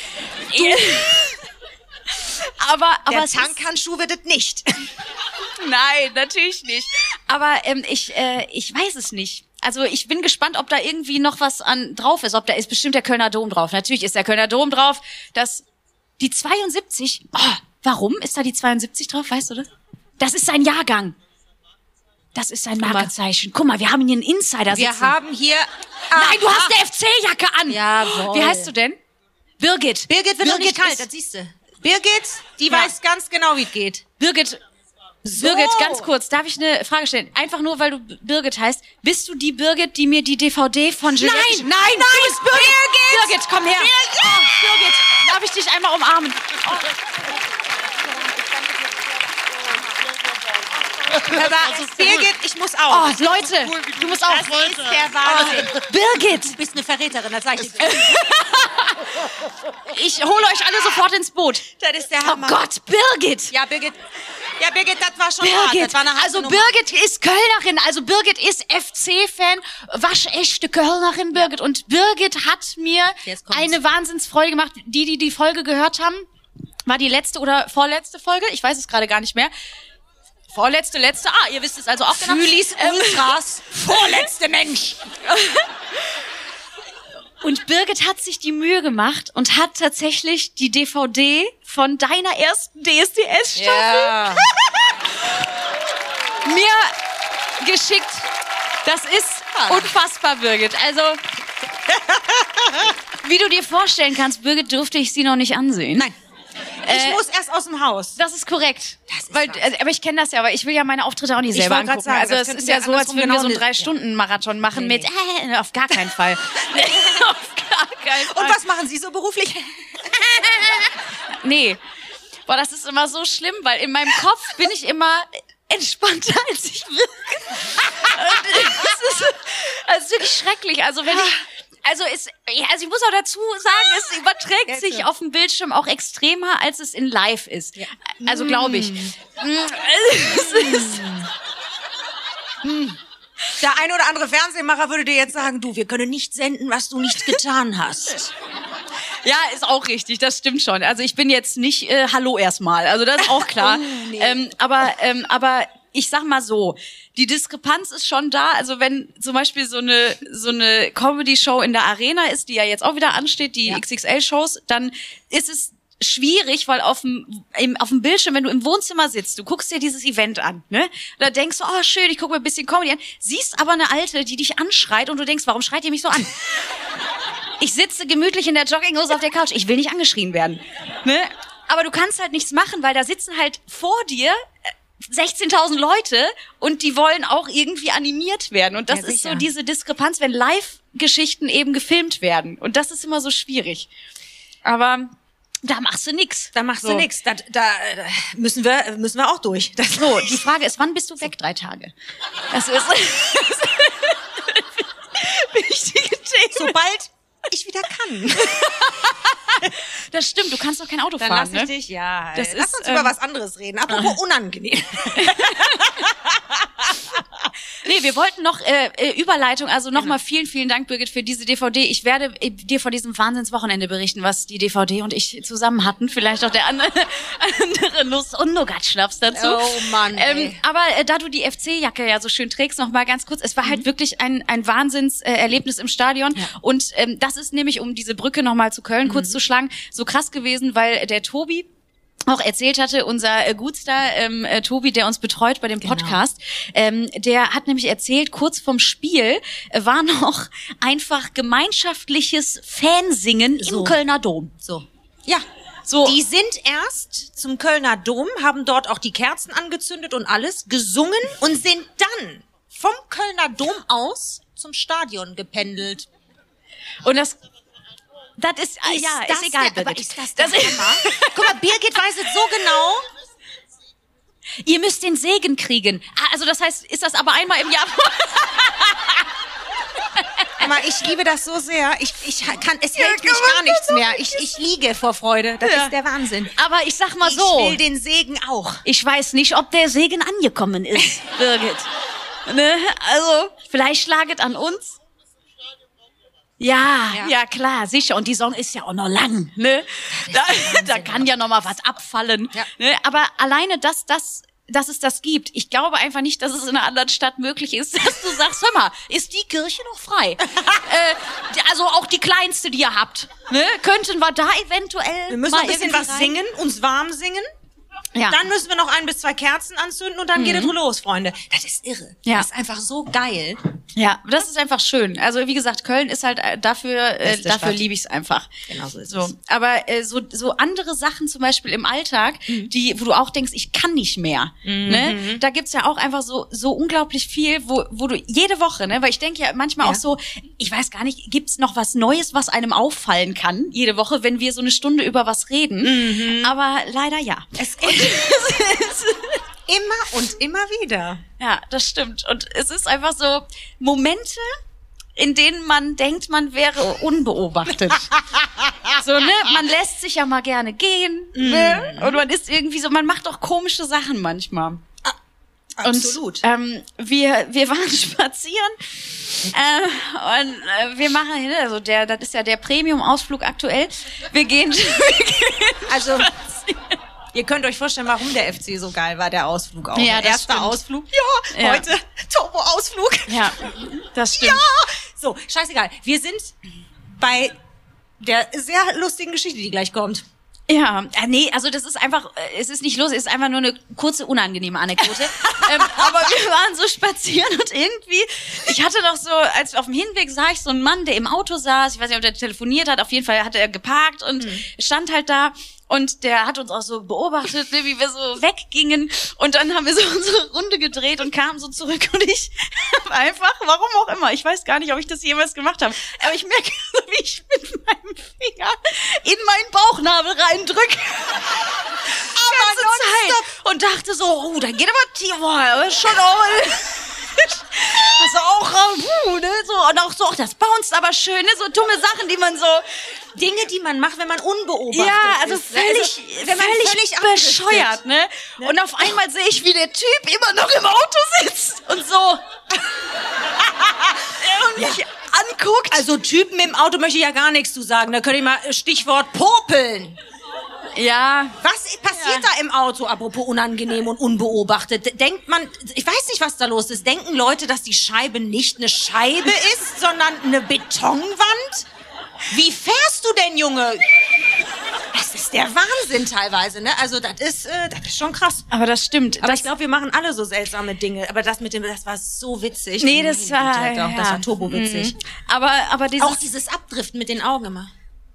aber, aber der es ist, Tankhandschuh wird es nicht. nein, natürlich nicht. Aber ähm, ich, äh, ich weiß es nicht. Also ich bin gespannt, ob da irgendwie noch was an drauf ist. Ob da ist bestimmt der Kölner Dom drauf. Natürlich ist der Kölner Dom drauf. Das, die zweiundsiebzig. Oh, warum ist da die zweiundsiebzig drauf? Weißt du das? Das ist sein Jahrgang. Das ist sein Markenzeichen. Guck mal, wir haben hier einen Insider sitzen. Wir haben hier... Nein, du hast eine F C-Jacke an. Jawohl. Wie heißt du denn? Birgit. Birgit wird doch nicht kalt, ist- das siehst du. Birgit, die Ja. weiß ganz genau, wie es geht. Birgit, So. Birgit, ganz kurz, darf ich eine Frage stellen? Einfach nur, weil du B- Birgit heißt. Bist du die Birgit, die mir die D V D von Juliette... Nein, nein, nein, du bist Birgit! Birgit! Birgit, komm her! Birgit! Oh, Birgit, darf ich dich einmal umarmen? Oh. Aber Birgit, ich muss auch. Oh, Leute, du musst auch. Das ist der Wahnsinn. Oh, Birgit, Du bist eine Verräterin, das sag ich dir. ich hole euch alle sofort ins Boot. Das ist der Oh Hammer. Gott, Birgit! Ja, Birgit, ja, Birgit, das war schon hart. Birgit, Das war eine harte also Nummer. Birgit ist Kölnerin, also Birgit ist F C-Fan, waschechte Kölnerin Birgit. Und Birgit hat mir Jetzt kommt's. eine Wahnsinnsfreude gemacht. Die, die die Folge gehört haben, war die letzte oder vorletzte Folge, ich weiß es gerade gar nicht mehr. Vorletzte, letzte, ah, ihr wisst es also auch genau. Fühlis Ultras, vorletzte Mensch. Und Birgit hat sich die Mühe gemacht und hat tatsächlich die D V D von deiner ersten D S D S-Staffel Ja. mir geschickt. Das ist unfassbar, Birgit. Also, wie du dir vorstellen kannst, Birgit, durfte ich sie noch nicht ansehen. Nein. Ich Äh, muss erst aus dem Haus. Das ist korrekt. Das ist Weil, Wahnsinn. also, aber ich kenne das ja, aber ich will ja meine Auftritte auch nicht Ich selber wollte grad angucken. sagen, also das es könnten ist wir ja so, als andersrum würden wir so einen genau- Drei-Stunden-Marathon machen Nee, mit, äh, auf gar keinen Fall. Auf gar keinen Fall. Und was machen Sie so beruflich? Nee. Boah, das ist immer so schlimm, weil in meinem Kopf bin ich immer entspannter, als ich wirke. Es ist, es ist wirklich schrecklich. Also wenn ich, also es, ja, also ich muss auch dazu sagen, es überträgt Jetzt. sich auf dem Bildschirm auch extremer, als es in Live ist. Ja. Also glaube ich. Es ist, Der ein oder andere Fernsehmacher würde dir jetzt sagen, du, wir können nicht senden, was du nicht getan hast. ja, ist auch richtig, das stimmt schon. Also ich bin jetzt nicht äh, Hallo erstmal, also das ist auch klar. Oh, nee. ähm, aber ähm, aber ich sag mal so, die Diskrepanz ist schon da. Also wenn zum Beispiel so eine so eine Comedy-Show in der Arena ist, die ja jetzt auch wieder ansteht, die Ja. X X L-Shows, dann ist es schwierig, weil auf dem, im, auf dem Bildschirm, wenn du im Wohnzimmer sitzt, du guckst dir dieses Event an, ne? Da denkst du, oh schön, ich gucke mir ein bisschen Comedy an, siehst aber eine Alte, die dich anschreit und du denkst, warum schreit ihr mich so an? Ich sitze gemütlich in der Jogginghose auf der Couch, ich will nicht angeschrien werden, ne? Aber du kannst halt nichts machen, weil da sitzen halt vor dir sechzehntausend Leute und die wollen auch irgendwie animiert werden. Und das ja, ist so diese Diskrepanz, wenn Live-Geschichten eben gefilmt werden. Und das ist immer so schwierig. Aber da machst du nix. Da machst so. du nix. Da, da müssen wir müssen wir auch durch. Das so, die Frage ist, wann bist du weg? Drei Tage. Das ist wichtige Thema. Sobald ich wieder kann. Das stimmt, du kannst doch kein Auto Dann fahren, lass ich ne? dich, ja. Das lass ist, uns ähm, über was anderes reden. Apropos unangenehm. Nee, wir wollten noch äh, Überleitung, also nochmal genau. vielen, vielen Dank, Birgit, für diese D V D. Ich werde äh, dir von diesem Wahnsinnswochenende berichten, was die D V D und ich zusammen hatten. Vielleicht auch der andere, andere Nuss- und Nougat-Schnaps dazu. Oh Mann, ey. Ähm, aber äh, da du die F C-Jacke ja so schön trägst, nochmal ganz kurz. Es war mhm. halt wirklich ein, ein Wahnsinnserlebnis im Stadion. Ja. Und ähm, das ist nämlich, um diese Brücke nochmal zu Köln mhm. kurz zu schlagen, so krass gewesen, weil der Tobi auch erzählt hatte, unser äh, Gutstar ähm, äh, Tobi, der uns betreut bei dem Podcast, genau. ähm, der hat nämlich erzählt, kurz vorm Spiel äh, war noch einfach gemeinschaftliches Fansingen so. Im Kölner Dom. So. Ja. So. Die sind erst zum Kölner Dom, haben dort auch die Kerzen angezündet und alles, gesungen und sind dann vom Kölner Dom aus zum Stadion gependelt. Und das Das ist, ist ja, das ist egal, der, Birgit. Aber ist das der Hammer? Guck mal, Birgit weiß es so genau. Ihr müsst den Segen kriegen. Also das heißt, ist das aber einmal im Jahr? Aber ich liebe das so sehr. Ich, ich kann, es hält ja, mich gar nichts mehr. Ich, ich liege vor Freude. Das ja. ist der Wahnsinn. Aber ich sag mal so. Ich will den Segen auch. Ich weiß nicht, ob der Segen angekommen ist, Birgit. Ne? Also, vielleicht schlaget an uns. Ja, ja, ja, klar, sicher. Und die Song ist ja auch noch lang, ne? Da, da kann ja noch mal was abfallen. Ja. Ne? Aber alleine, dass, das, dass es das gibt, ich glaube einfach nicht, dass es in einer anderen Stadt möglich ist, dass du sagst, hör mal, ist die Kirche noch frei? äh, also auch die kleinste, die ihr habt. Ne? Könnten wir da eventuell Wir müssen mal ein bisschen was rein? singen, uns warm singen. Ja. Dann müssen wir noch ein bis zwei Kerzen anzünden und dann mhm. geht es los, Freunde. Das ist irre. Ja. Das ist einfach so geil. Ja, das ist einfach schön. Also wie gesagt, Köln ist halt dafür, äh, dafür liebe ich es einfach. Genau so ist so. es. Aber äh, so so andere Sachen zum Beispiel im Alltag, mhm. die, wo du auch denkst, ich kann nicht mehr. Mhm. Ne? Da gibt's ja auch einfach so so unglaublich viel, wo wo du jede Woche, ne, weil ich denke ja manchmal ja. auch so, ich weiß gar nicht, gibt's noch was Neues, was einem auffallen kann jede Woche, wenn wir so eine Stunde über was reden. Mhm. Aber leider ja. Es Immer und immer wieder. Ja, das stimmt. Und es ist einfach so Momente, in denen man denkt, man wäre unbeobachtet. So, ne? Man lässt sich ja mal gerne gehen. Mm. Ne? Und man ist irgendwie so, man macht auch komische Sachen manchmal. Ah, absolut. Und ähm, wir, wir waren spazieren äh, und äh, wir machen, ne, also der, das ist ja der Premium-Ausflug aktuell. Wir gehen, wir gehen also spazieren. Ihr könnt euch vorstellen, warum der F C so geil war, der Ausflug auch. Ja, der erste stimmt. Ausflug. Ja, ja. Heute Turbo-Ausflug. Ja, das stimmt. Ja, so, scheißegal. Wir sind bei der sehr lustigen Geschichte, die gleich kommt. Ja, äh, nee, also das ist einfach, äh, es ist nicht lustig, es ist einfach nur eine kurze, unangenehme Anekdote. ähm, aber wir waren so spazieren und irgendwie, ich hatte doch so, als auf dem Hinweg sah ich so einen Mann, der im Auto saß, ich weiß nicht, ob der telefoniert hat, auf jeden Fall hat er geparkt und mhm. stand halt da. Und der hat uns auch so beobachtet, ne, wie wir so weggingen. Und dann haben wir so unsere Runde gedreht und kamen so zurück. Und ich habe einfach, warum auch immer, ich weiß gar nicht, ob ich das jemals gemacht habe, aber ich merke, wie ich mit meinem Finger in meinen Bauchnabel reindrücke. Aber Zeit. Und dachte so, oh, da geht aber Tier, boah, schon all. Also auch, uh, ne, so, und auch so, auch das bounced aber schön, ne, so dumme Sachen, die man so, Dinge, die man macht, wenn man unbeobachtet ja, also ist. Völlig, also, wenn man völlig, völlig bescheuert, ne? ne? Und auf einmal sehe ich, wie der Typ immer noch im Auto sitzt und so und mich ja. anguckt. Also Typen im Auto möchte ich ja gar nichts zu sagen. Da könnte ich mal Stichwort popeln. Ja. Was passiert ja. da im Auto, apropos unangenehm und unbeobachtet? Denkt man, ich weiß nicht, was da los ist. Denken Leute, dass die Scheibe nicht eine Scheibe ist, sondern eine Betonwand? Wie fährst du denn, Junge? Das ist der Wahnsinn teilweise, ne? Also das ist, äh, das ist schon krass. Aber das stimmt. Aber das ich glaube, wir machen alle so seltsame Dinge. Aber das mit dem, das war so witzig. Nee, das war, halt auch, ja. das war turbo witzig. Mhm. Aber, aber dieses... Auch dieses Abdriften mit den Augen immer.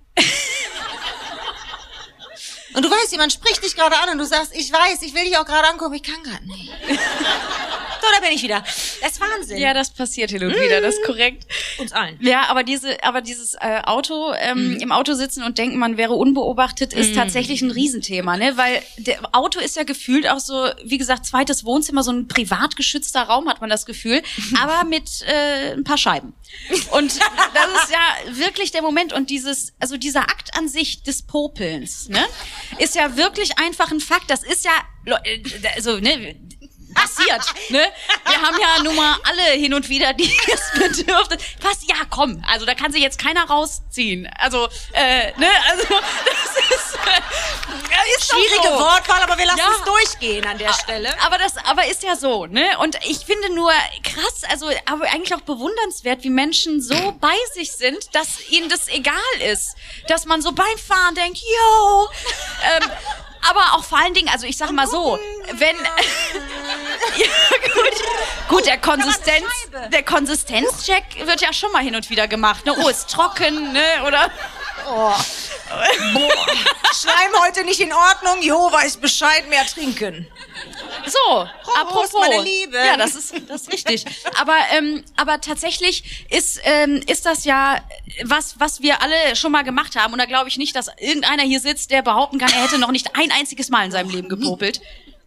Und du weißt, jemand spricht dich gerade an und du sagst, ich weiß, ich will dich auch gerade angucken, ich kann gerade nicht. So, da bin ich wieder. Das ist Wahnsinn. Ja, das passiert hin und wieder, das ist korrekt. Uns allen. Ja, aber diese, aber dieses äh, Auto, ähm, mhm. im Auto sitzen und denken, man wäre unbeobachtet, ist mhm. tatsächlich ein Riesenthema, ne? Weil der Auto ist ja gefühlt auch so, wie gesagt, zweites Wohnzimmer, so ein privat geschützter Raum, hat man das Gefühl, aber mit äh, ein paar Scheiben. Und das ist ja wirklich der Moment. Und dieses, also dieser Akt an sich des Popelns, ne, ist ja wirklich einfach ein Fakt. Das ist ja, also, ne, passiert, ne? Wir haben ja nun mal alle hin und wieder die das Bedürfnis. Was? Ja, komm. Also da kann sich jetzt keiner rausziehen. Also, äh, ne? Also das ist, äh, ist schwierige so. Wortwahl, aber wir lassen ja. es durchgehen an der Stelle. Aber das, aber ist ja so, ne? Und ich finde nur krass, also aber eigentlich auch bewundernswert, wie Menschen so bei sich sind, dass ihnen das egal ist, dass man so beim Fahren denkt, yo. Ähm, aber auch vor allen Dingen, also ich sag mal so, wenn ja, gut, gut, der Konsistenz, der Konsistenzcheck wird ja schon mal hin und wieder gemacht, ne? Oh, ist trocken, ne? Oder? Oh. Boah. Schleim heute nicht in Ordnung, jo, weiß Bescheid, mehr trinken. So, Prost, apropos, meine Liebe. Ja, das ist das ist richtig. Aber ähm, aber tatsächlich ist ähm, ist das ja was was wir alle schon mal gemacht haben und da glaube ich nicht, dass irgendeiner hier sitzt, der behaupten kann, er hätte noch nicht ein einziges Mal in seinem Leben gepopelt.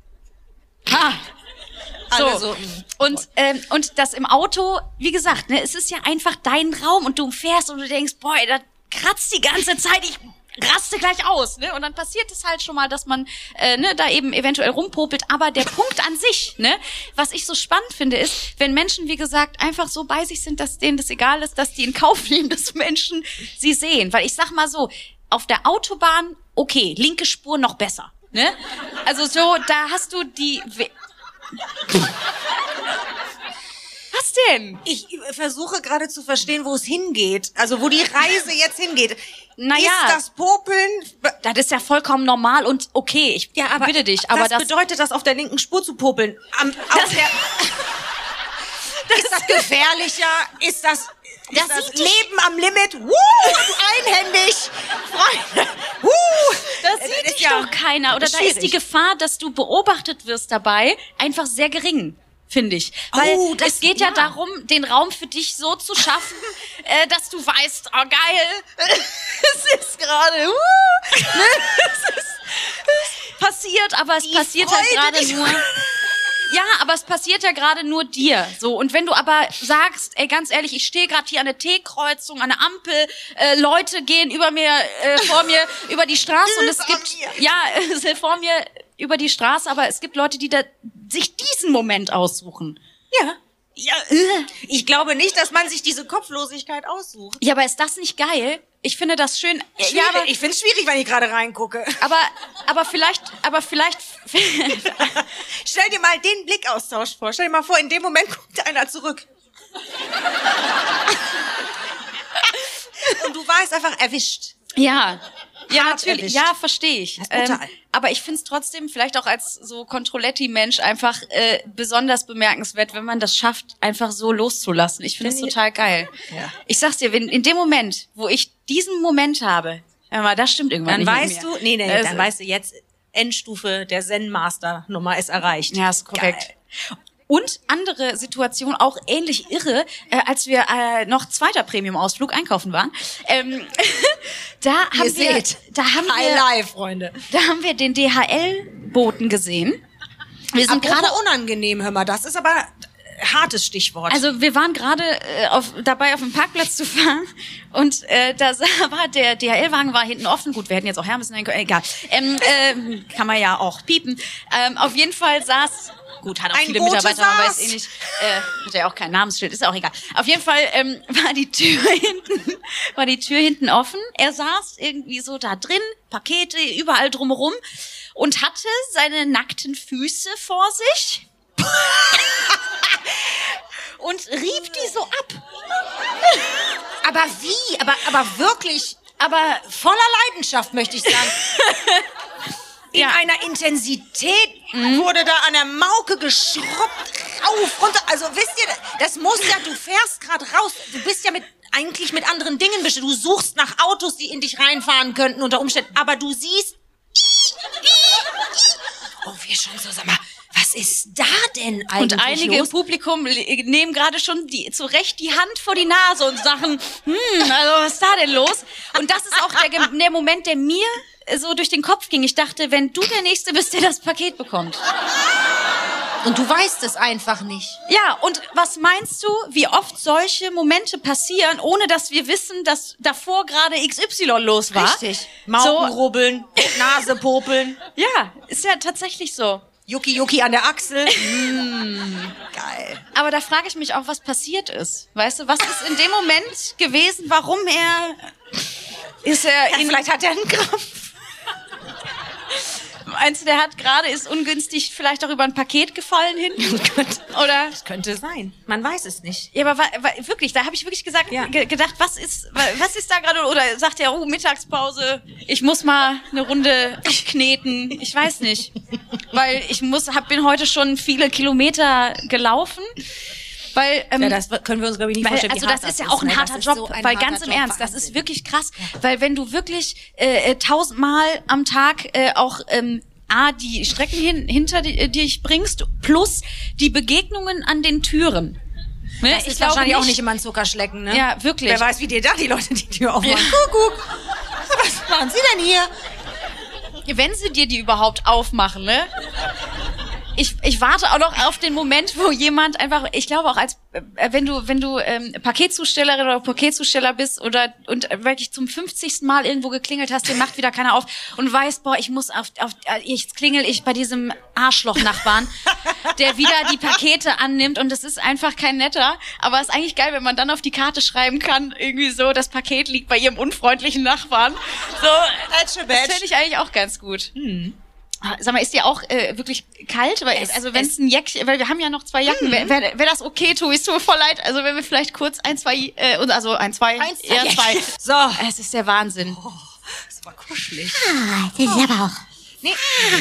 Ha. So. so. Und ähm, und das im Auto, wie gesagt, ne, es ist ja einfach dein Raum und du fährst und du denkst, boah, da kratzt die ganze Zeit, ich raste gleich aus, ne? Und dann passiert es halt schon mal, dass man äh, ne, da eben eventuell rumpopelt. Aber der Punkt an sich, ne, was ich so spannend finde, ist, wenn Menschen, wie gesagt, einfach so bei sich sind, dass denen das egal ist, dass die in Kauf nehmen, dass Menschen sie sehen. Weil ich sag mal so, auf der Autobahn, okay, linke Spur noch besser, ne? Also so, da hast du die... We- Was denn? Ich versuche gerade zu verstehen, wo es hingeht. Also wo die Reise jetzt hingeht. Naja, ist das Popeln... Das ist ja vollkommen normal und okay, ich ja, aber bitte dich. Aber was das bedeutet das, auf der linken Spur zu popeln? Am, auf der, das ist das gefährlicher? Ist das, ist das, das Leben am Limit? Woo, einhändig. Freunde. Woo. Das sieht dich ja doch keiner. Oder da ist die Gefahr, dass du beobachtet wirst dabei, einfach sehr gering. Finde ich. Weil oh, das, es geht ja. ja darum, den Raum für dich so zu schaffen, äh, dass du weißt, oh geil, es ist gerade, uh, ne? es ist es passiert, aber es die passiert Freude, halt gerade nur... Ja, aber es passiert ja gerade nur dir. So, und wenn du aber sagst, ey, ganz ehrlich, ich stehe gerade hier an der T-Kreuzung, an der Ampel, äh, Leute gehen über mir, äh, vor mir über die Straße und es gibt, ja, äh, vor mir über die Straße, aber es gibt Leute, die da sich diesen Moment aussuchen. Ja. Ja, äh. Ich glaube nicht, dass man sich diese Kopflosigkeit aussucht. Ja, aber ist das nicht geil? Ich finde das schön. Schwierig. Ja, aber ich finde es schwierig, wenn ich gerade reingucke. Aber, aber vielleicht, aber vielleicht. Stell dir mal den Blickaustausch vor. Stell dir mal vor, in dem Moment guckt einer zurück. Und du warst einfach erwischt. Ja. Ja, Hart natürlich. Erwischt. Ja, verstehe ich. Das ist brutal. Ähm, aber ich finde es trotzdem, vielleicht auch als so Controletti-Mensch, einfach äh, besonders bemerkenswert, wenn man das schafft, einfach so loszulassen. Ich finde es total geil. Ja. Ich sag's dir, wenn in dem Moment, wo ich diesen Moment habe, mal, das stimmt irgendwann dann nicht weißt mit mir. du, nee, nee, also, dann weißt du jetzt, Endstufe der Zen-Master-Nummer ist erreicht. Ja, ist korrekt. Geil. Und andere Situation, auch ähnlich irre, äh, als wir äh, noch zweiter Premium-Ausflug einkaufen waren. Ähm, da haben Ihr wir, seht, da haben High wir, Life, Freunde. Da haben wir den D H L-Boten gesehen. Wir sind gerade gerade unangenehm, hör mal, das ist aber hartes Stichwort. Also wir waren gerade äh, auf, dabei, auf dem Parkplatz zu fahren und äh, da war der D H L-Wagen war hinten offen. Gut, wir hätten jetzt auch Hermes nennen können, egal. Ähm, ähm, kann man ja auch piepen. Ähm, auf jeden Fall saß... Gut, hat auch Ein viele Bote Mitarbeiter, man saß. weiß eh nicht. Äh, hat ja auch kein Namensschild, ist auch egal. Auf jeden Fall ähm, war die Tür hinten, war die Tür hinten offen. Er saß irgendwie so da drin, Pakete überall drumherum und hatte seine nackten Füße vor sich und rieb die so ab. Aber wie? Aber, aber wirklich... Aber voller Leidenschaft, möchte ich sagen. In ja. einer Intensität mhm. wurde da an der Mauke geschrubbt, rauf, runter. Also wisst ihr, das muss ja, du fährst gerade raus, du bist ja mit eigentlich mit anderen Dingen beschäftigt. Du suchst nach Autos, die in dich reinfahren könnten unter Umständen, aber du siehst... Oh, wir schon so, sag mal, was ist da denn eigentlich Und einige los? im Publikum nehmen gerade schon die, zurecht die Hand vor die Nase und sagen, hm, also was ist da denn los? Und das ist auch der, der Moment, der mir so durch den Kopf ging. Ich dachte, wenn du der Nächste bist, der das Paket bekommt. Und du weißt es einfach nicht. Ja, und was meinst du, wie oft solche Momente passieren, ohne dass wir wissen, dass davor gerade X Y los war? Richtig. Mauken so, rubbeln, Nase popeln. Ja, ist ja tatsächlich so. Jucki Jucki an der Achsel. Mm, geil. Aber da frage ich mich auch, was passiert ist. Weißt du, was ist in dem Moment gewesen, warum er... Ist er ja, in, vielleicht hat er einen Krampf. Meinst du, der hat gerade, ist ungünstig vielleicht auch über ein Paket gefallen hin? Oder? Das könnte sein. Man weiß es nicht. Ja, aber wa, wa, wirklich, da habe ich wirklich gesagt, ja. ge gedacht, was ist, was ist da gerade? Oder sagt er, oh, Mittagspause, ich muss mal eine Runde kneten. Ich weiß nicht. Weil ich muss, hab, bin heute schon viele Kilometer gelaufen. Weil, ähm, ja, das können wir uns, glaube ich, nicht weil, vorstellen. Also das, das ist ja auch ein harter Job, so ein weil harter ganz im Job, Ernst, das ist wirklich krass, ja. Weil wenn du wirklich äh, tausendmal am Tag äh, auch ähm, A, die Strecken hin, hinter die, dich bringst, plus die Begegnungen an den Türen. Ne? Das ich ist wahrscheinlich nicht, auch nicht immer ein Zuckerschlecken, ne? Ja, wirklich. Wer weiß, wie dir da die Leute die Tür aufmachen. Ja. Kuckuck. Was machen Sie denn hier? Wenn sie dir die überhaupt aufmachen, ne? Ich, ich warte auch noch auf den Moment, wo jemand einfach, ich glaube auch als, äh, wenn du, wenn du ähm, Paketzustellerin oder Paketzusteller bist oder und wirklich zum fünfzigsten Mal irgendwo geklingelt hast, den macht wieder keiner auf und weißt, boah, ich muss auf, auf jetzt klingel ich bei diesem Arschloch-Nachbarn, der wieder die Pakete annimmt und das ist einfach kein netter, aber es ist eigentlich geil, wenn man dann auf die Karte schreiben kann, irgendwie so, das Paket liegt bei ihrem unfreundlichen Nachbarn. So, das finde ich eigentlich auch ganz gut. Hm. Sag mal, ist dir auch äh, wirklich kalt? Weil, es, also wenn es ein Jäckchen, weil wir haben ja noch zwei Jacken. Wäre wär, wär das okay, tu, es tut mir voll leid. Also wenn wir vielleicht kurz ein, zwei, äh, also ein, zwei, Eins, eher zwei. So. Es ist der Wahnsinn. Oh, das war kuschelig. Ah, das ist aber auch. Nee.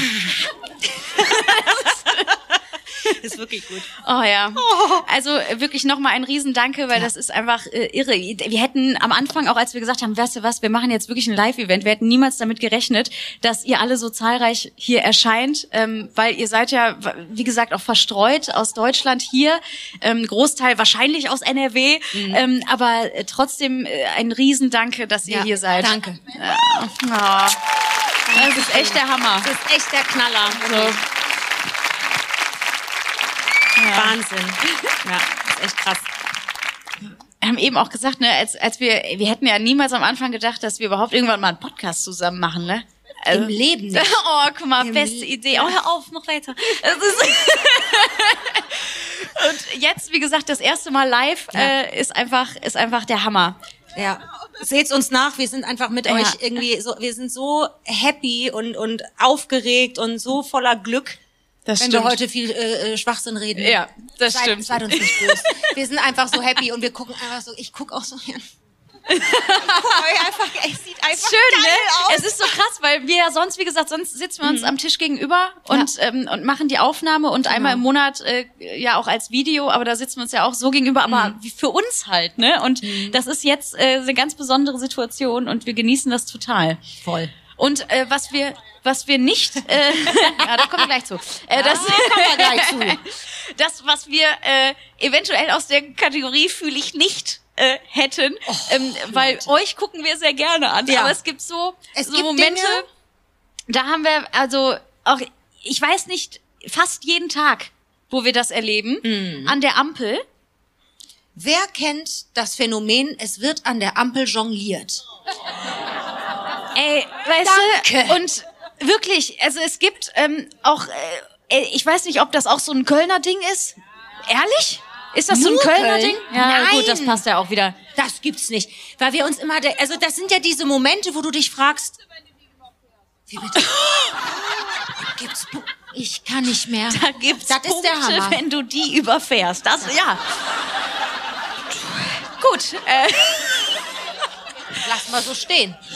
Ist wirklich gut. Oh ja. Also wirklich nochmal ein Riesendanke, weil ja. das ist einfach äh, irre. Wir hätten am Anfang, auch als wir gesagt haben, weißt du was, wir machen jetzt wirklich ein Live-Event, wir hätten niemals damit gerechnet, dass ihr alle so zahlreich hier erscheint, ähm, weil ihr seid ja, wie gesagt, auch verstreut aus Deutschland hier, ähm, Großteil wahrscheinlich aus N R W, mhm. ähm, aber äh, trotzdem äh, ein Riesendanke, dass ihr ja, hier seid. Danke. Ja. Oh. Das ist echt der Hammer. Das ist echt der Knaller. So. Ja. Wahnsinn. Ja, das ist echt krass. Wir haben eben auch gesagt, ne, als, als wir, wir hätten ja niemals am Anfang gedacht, dass wir überhaupt irgendwann mal einen Podcast zusammen machen, ne? Also, im Leben nicht. Oh, guck mal, Im beste Le Idee. Oh, hör auf, mach weiter. Und jetzt, wie gesagt, das erste Mal live ja. äh, ist einfach, ist einfach der Hammer. Ja. Seht's uns nach, wir sind einfach mit ja. euch irgendwie so, wir sind so happy und, und aufgeregt und so voller Glück. Das wenn stimmt. wir heute viel äh, Schwachsinn reden. Ja, das seid, stimmt. Seid uns nicht böse. Wir sind einfach so happy und wir gucken einfach so, ich guck auch so hin. Ich guck euch einfach, es sieht einfach schön, geil ne? aus. Es ist so krass, weil wir ja sonst, wie gesagt, sonst sitzen wir uns mhm. am Tisch gegenüber und ja. ähm, und machen die Aufnahme und genau. einmal im Monat äh, ja auch als Video, aber da sitzen wir uns ja auch so gegenüber, aber mhm. wie für uns halt, ne? Und mhm. das ist jetzt äh, eine ganz besondere Situation und wir genießen das total. Voll. Und äh, was wir was wir nicht, äh, ja, da kommen wir gleich zu. Äh, das, ah, kommen wir gleich zu. Das, was wir äh, eventuell aus der Kategorie fühle ich nicht äh, hätten, oh, ähm, weil euch gucken wir sehr gerne an. Ja. Aber es gibt so, es so gibt Momente, Dinge, da haben wir also auch, ich weiß nicht, fast jeden Tag, wo wir das erleben, mm. an der Ampel. Wer kennt das Phänomen, es wird an der Ampel jongliert? Ey, weißt Danke. du, und wirklich, also es gibt ähm, auch, äh, ich weiß nicht, ob das auch so ein Kölner Ding ist. Ehrlich? Ist das Nur so ein Kölner Köln? Ding? Ja, Nein. Gut, das passt ja auch wieder. Das gibt's nicht. Weil wir uns immer, also das sind ja diese Momente, wo du dich fragst, wie bitte? Gibt's, ich kann nicht mehr. Da gibt's das Punkte, ist der Hammer. Wenn du die überfährst. Das, ja. Gut, äh. Lass mal so stehen.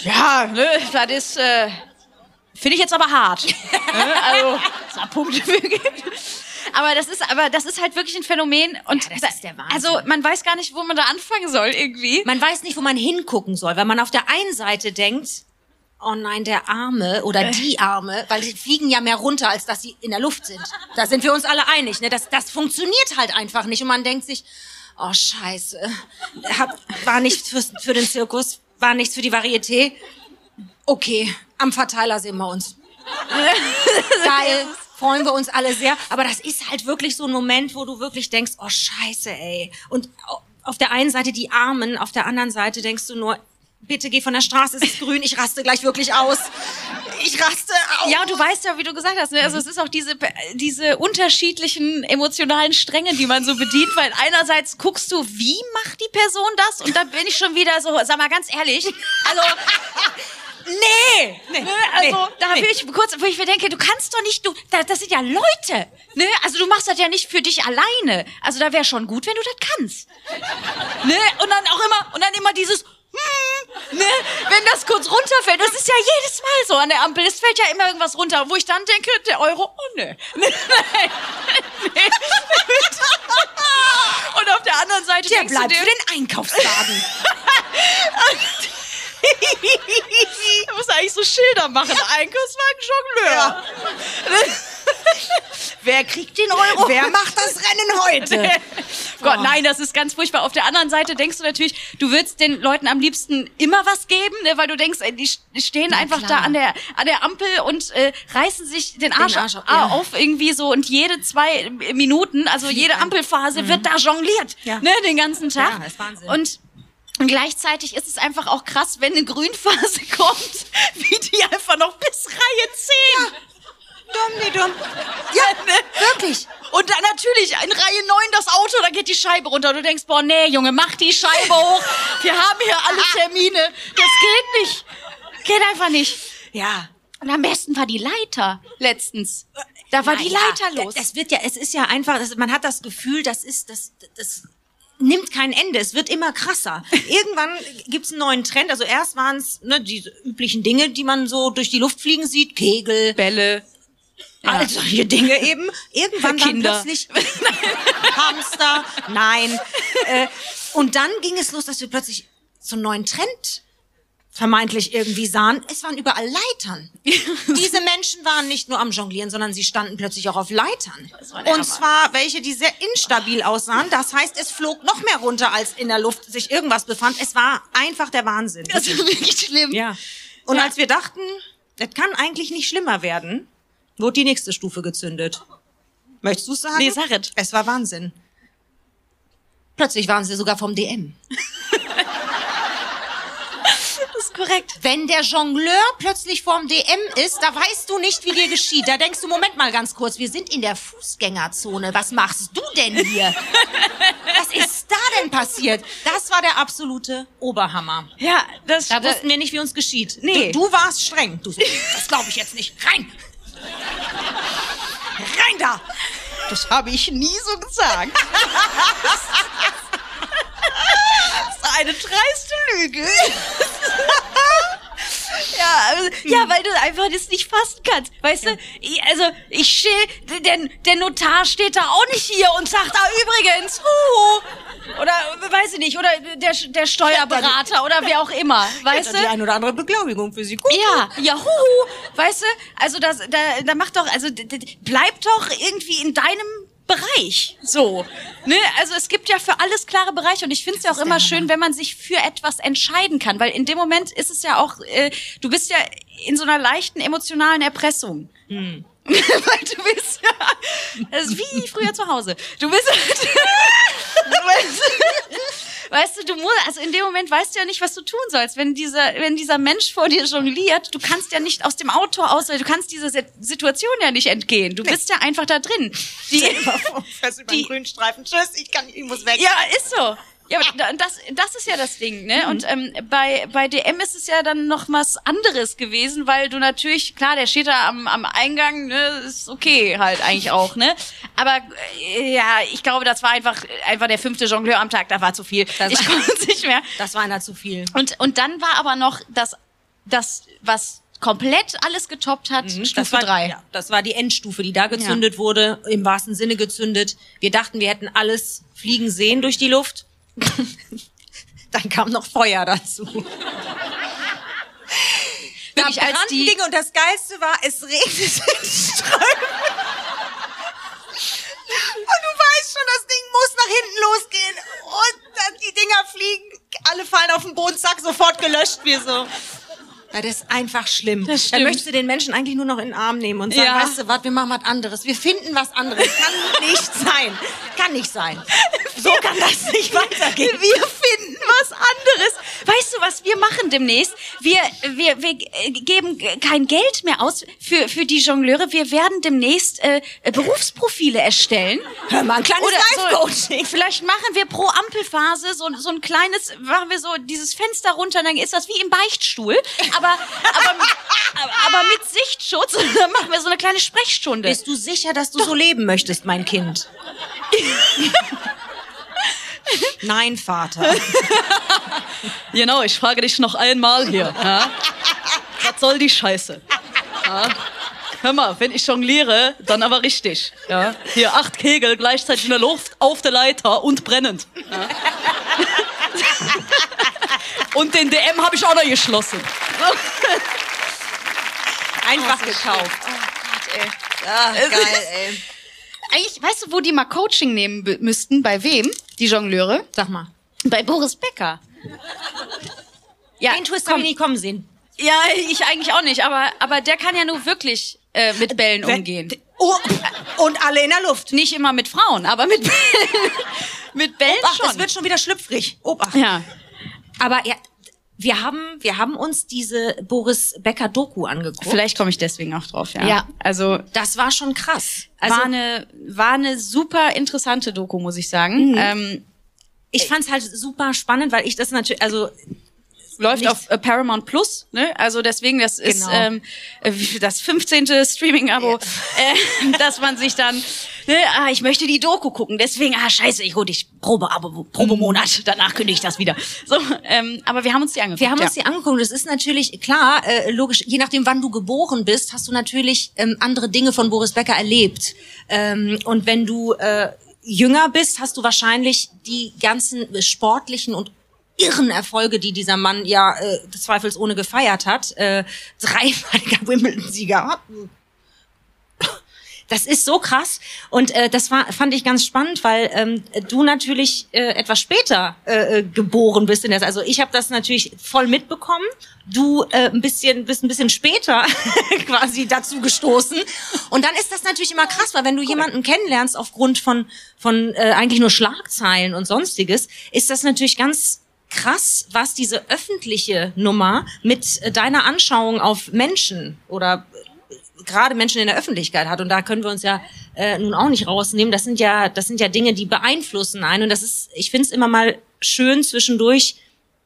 Ja, ne, das ist, äh, finde ich jetzt aber hart. ne? Also, es da Punkte für gibt. Aber das ist, aber das ist halt wirklich ein Phänomen. Und ja, das ist der Wahnsinn. Also, man weiß gar nicht, wo man da anfangen soll, irgendwie. Man weiß nicht, wo man hingucken soll, weil man auf der einen Seite denkt, oh nein, der Arme oder die Arme, weil die fliegen ja mehr runter, als dass sie in der Luft sind. Da sind wir uns alle einig, ne? Das, das funktioniert halt einfach nicht. Und man denkt sich, oh scheiße, hab, war nichts für, für den Zirkus, war nichts für die Varieté. Okay, am Verteiler sehen wir uns. Geil, freuen wir uns alle sehr. Aber das ist halt wirklich so ein Moment, wo du wirklich denkst, oh scheiße, ey. Und auf der einen Seite die Armen, auf der anderen Seite denkst du nur, bitte geh von der Straße, es ist grün, ich raste gleich wirklich aus. Ich raste aus. Ja, und du weißt ja, wie du gesagt hast, ne? Also es ist auch diese, diese unterschiedlichen emotionalen Stränge, die man so bedient, weil einerseits guckst du, wie macht die Person das? Und dann bin ich schon wieder so, sag mal ganz ehrlich, also... Nee, nee, ne, also nee, da nee. will ich kurz, wo ich mir denke, du kannst doch nicht, du, da, das sind ja Leute, ne? Also du machst das ja nicht für dich alleine. Also da wäre schon gut, wenn du das kannst, ne? Und dann auch immer und dann immer dieses, hm, ne? Wenn das kurz runterfällt, das ist ja jedes Mal so an der Ampel. Es fällt ja immer irgendwas runter, wo ich dann denke, der Euro, oh ne, nee, nee. Und auf der anderen Seite Der denkst bleibt du dir, für den Einkaufswagen. Du musst eigentlich so Schilder machen. Einkaufswagen Jongleur. Ja. Wer kriegt den Euro? Wer macht das Rennen heute? Gott, nein, das ist ganz furchtbar. Auf der anderen Seite denkst du natürlich, du würdest den Leuten am liebsten immer was geben, ne, weil du denkst, ey, die stehen Na, einfach klar. da an der an der Ampel und äh, reißen sich den Arsch, Den Arsch auf, ja. auf irgendwie so und jede zwei Minuten, also jede ein. Ampelphase mhm. wird da jongliert, Ja. ne, den ganzen Tag. Ja, das ist Wahnsinn. Und Und gleichzeitig ist es einfach auch krass, wenn eine Grünphase kommt, wie die einfach noch bis Reihe zehn. Ja. Dumm, die dumm. Ja, ne? wirklich. Und dann natürlich in Reihe neun das Auto, da geht die Scheibe runter. Du denkst, boah, nee, Junge, mach die Scheibe hoch. Wir haben hier alle Termine. Das geht nicht. Geht einfach nicht. Ja. Und am besten war die Leiter letztens. Da war Na die ja, Leiter los. Das wird ja, es ist ja einfach, das, man hat das Gefühl, das ist, das, das nimmt kein Ende. Es wird immer krasser. Irgendwann gibt's einen neuen Trend. Also erst waren es ne, diese üblichen Dinge, die man so durch die Luft fliegen sieht. Kegel. Bälle. Ja. All solche Dinge eben. Irgendwann dann Kinder. plötzlich Hamster. Nein. Äh, und dann ging es los, dass wir plötzlich so einen neuen Trend vermeintlich irgendwie sahen. Es waren überall Leitern. Diese Menschen waren nicht nur am Jonglieren, sondern sie standen plötzlich auch auf Leitern. Und zwar welche, die sehr instabil aussahen. Das heißt, es flog noch mehr runter, als in der Luft sich irgendwas befand. Es war einfach der Wahnsinn. Das ist wirklich schlimm. Ja. Und Ja. als wir dachten, das kann eigentlich nicht schlimmer werden, wurde die nächste Stufe gezündet. Möchtest du es sagen? Nee, sag es. Es war Wahnsinn. Plötzlich waren sie sogar vom D M. Das ist korrekt. Wenn der Jongleur plötzlich vorm D M ist, da weißt du nicht, wie dir geschieht. Da denkst du, Moment mal ganz kurz, wir sind in der Fußgängerzone. Was machst du denn hier? Was ist da denn passiert? Das war der absolute Oberhammer. Ja, das... Da wussten wir nicht, wie uns geschieht. Nee. Du, du warst streng. Du, das glaube ich jetzt nicht. Rein! Rein da! Das habe ich nie so gesagt. Das ist eine dreiste Lüge. Ja, also, ja, weil du einfach das nicht fassen kannst. Weißt du, ich, also ich stehe, der, der Notar steht da auch nicht hier und sagt da übrigens, huhu. Oder, weiß ich nicht, oder der, der Steuerberater oder wer auch immer, weißt du? Die ein oder andere Beglaubigung für sie. Guck. Ja, ja, huhu, weißt du? Also das, da, da macht doch, also d- d- bleib doch irgendwie in deinem Bereich, so, ne? Also es gibt ja für alles klare Bereiche und ich finde es ja auch immer schön, wenn man sich für etwas entscheiden kann, weil in dem Moment ist es ja auch, äh, du bist ja in so einer leichten emotionalen Erpressung. Hm. Weil du bist ja, das ist wie früher zu Hause. Du bist, weißt, weißt du, du musst, also in dem Moment weißt du ja nicht, was du tun sollst. Wenn dieser, wenn dieser Mensch vor dir jongliert, du kannst ja nicht aus dem Auto aus, du kannst dieser Situation ja nicht entgehen. Du bist ja einfach da drin. Die, Fährst über den grünen Streifen. Tschüss, ich kann, ich muss weg. ja, ist so. Ja, aber das, das ist ja das Ding, ne? Mhm. Und ähm, bei bei D M ist es ja dann noch was anderes gewesen, weil du natürlich, klar, der steht da am, am Eingang, ne? Ist okay halt eigentlich auch, ne? Aber äh, ja, ich glaube, das war einfach einfach der fünfte Jongleur am Tag, da war zu viel. Das ich konnte es nicht mehr. Das war einer zu viel. Und und dann war aber noch das das, was komplett alles getoppt hat, Mhm, Stufe das war, drei. Ja, das war die Endstufe, die da gezündet ja. wurde, im wahrsten Sinne gezündet. Wir dachten, wir hätten alles fliegen sehen durch die Luft. Dann kam noch Feuer dazu. Da Wirklich, als die Dinge und das Geilste war, es regnete in Strömen. Und du weißt schon, das Ding muss nach hinten losgehen. Und dann die Dinger fliegen, alle fallen auf den Boden, zack, sofort gelöscht. Wir so. Ja, das ist einfach schlimm. Das Dann möchtest du den Menschen eigentlich nur noch in den Arm nehmen und sagen, Ja. weißt du was, wir machen was anderes. Wir finden was anderes. Kann nicht sein. Kann nicht sein. So kann das nicht weitergehen. Wir finden was anderes. Weißt du, was wir machen demnächst? Wir, wir, wir geben kein Geld mehr aus für, für die Jongleure. Wir werden demnächst äh, Berufsprofile erstellen. Hör mal, ein kleines Oder Live-Coaching. so, vielleicht machen wir pro Ampelphase so, so ein kleines, machen wir so dieses Fenster runter, dann ist das wie im Beichtstuhl. Aber, aber, aber, aber mit Sichtschutz. Und dann machen wir so eine kleine Sprechstunde. Bist du sicher, dass du so leben möchtest, mein Kind? Nein, Vater. Genau, ich frage dich noch einmal hier. Ja? Was soll die Scheiße? Ja? Hör mal, wenn ich jongliere, dann aber richtig. Ja? Hier acht Kegel gleichzeitig in der Luft, auf der Leiter und brennend. Ja? Und den D M habe ich auch noch geschlossen. Einfach Oh, so gekauft. Oh Gott, ey. Ah, geil, ey. Eigentlich, weißt du, wo die mal Coaching nehmen b- müssten? Bei wem? Die Jongleure? Sag mal. Bei Boris Becker. Ja, Den Twist habe ich nie kommen sehen. Ja, ich eigentlich auch nicht, aber, aber der kann ja nur wirklich äh, mit Bällen umgehen. Oh, und alle in der Luft. Nicht immer mit Frauen, aber mit Bällen, mit Bällen Obacht, schon. es wird schon wieder schlüpfrig. Obacht. Ja. Aber ja, wir haben, wir haben uns diese Boris Becker Doku angeguckt. Vielleicht komme ich deswegen auch drauf, ja. Ja. Also Das war schon krass. Also war eine war eine super interessante Doku, muss ich sagen. Mhm. Ähm, ich fand's halt super spannend, weil ich das natürlich, also läuft Nichts. auf äh, Paramount Plus, ne? Also deswegen, das ist Genau. ähm, äh, das fünfzehnte Streaming-Abo, Ja. äh, dass man sich dann, ne, ah, ich möchte die Doku gucken, deswegen, ah, scheiße, ich hol dich Probe-Abo, Probemonat, danach kündige ich das wieder. So, ähm, aber wir haben uns die angeguckt. wir haben ja. uns die angeguckt. Das ist natürlich klar, äh, logisch. Je nachdem, wann du geboren bist, hast du natürlich ähm, andere Dinge von Boris Becker erlebt. Ähm, und wenn du äh, jünger bist, hast du wahrscheinlich die ganzen sportlichen und irren Erfolge, die dieser Mann ja äh, zweifelsohne gefeiert hat. Äh, dreimaliger Wimbledon-Sieger. Das ist so krass und äh, das war fand ich ganz spannend, weil ähm, du natürlich äh, etwas später äh, geboren bist in der, also ich habe das natürlich voll mitbekommen, du äh, ein bisschen bist ein bisschen später quasi dazu gestoßen und dann ist das natürlich immer krass, weil wenn du jemanden kennenlernst aufgrund von von äh, eigentlich nur Schlagzeilen und sonstiges, ist das natürlich ganz krass, was diese öffentliche Nummer mit äh, deiner Anschauung auf Menschen oder äh, gerade Menschen in der Öffentlichkeit hat. Und da können wir uns ja äh, nun auch nicht rausnehmen. Das sind ja, das sind ja Dinge, die beeinflussen einen. Und das ist, ich finde es immer mal schön zwischendurch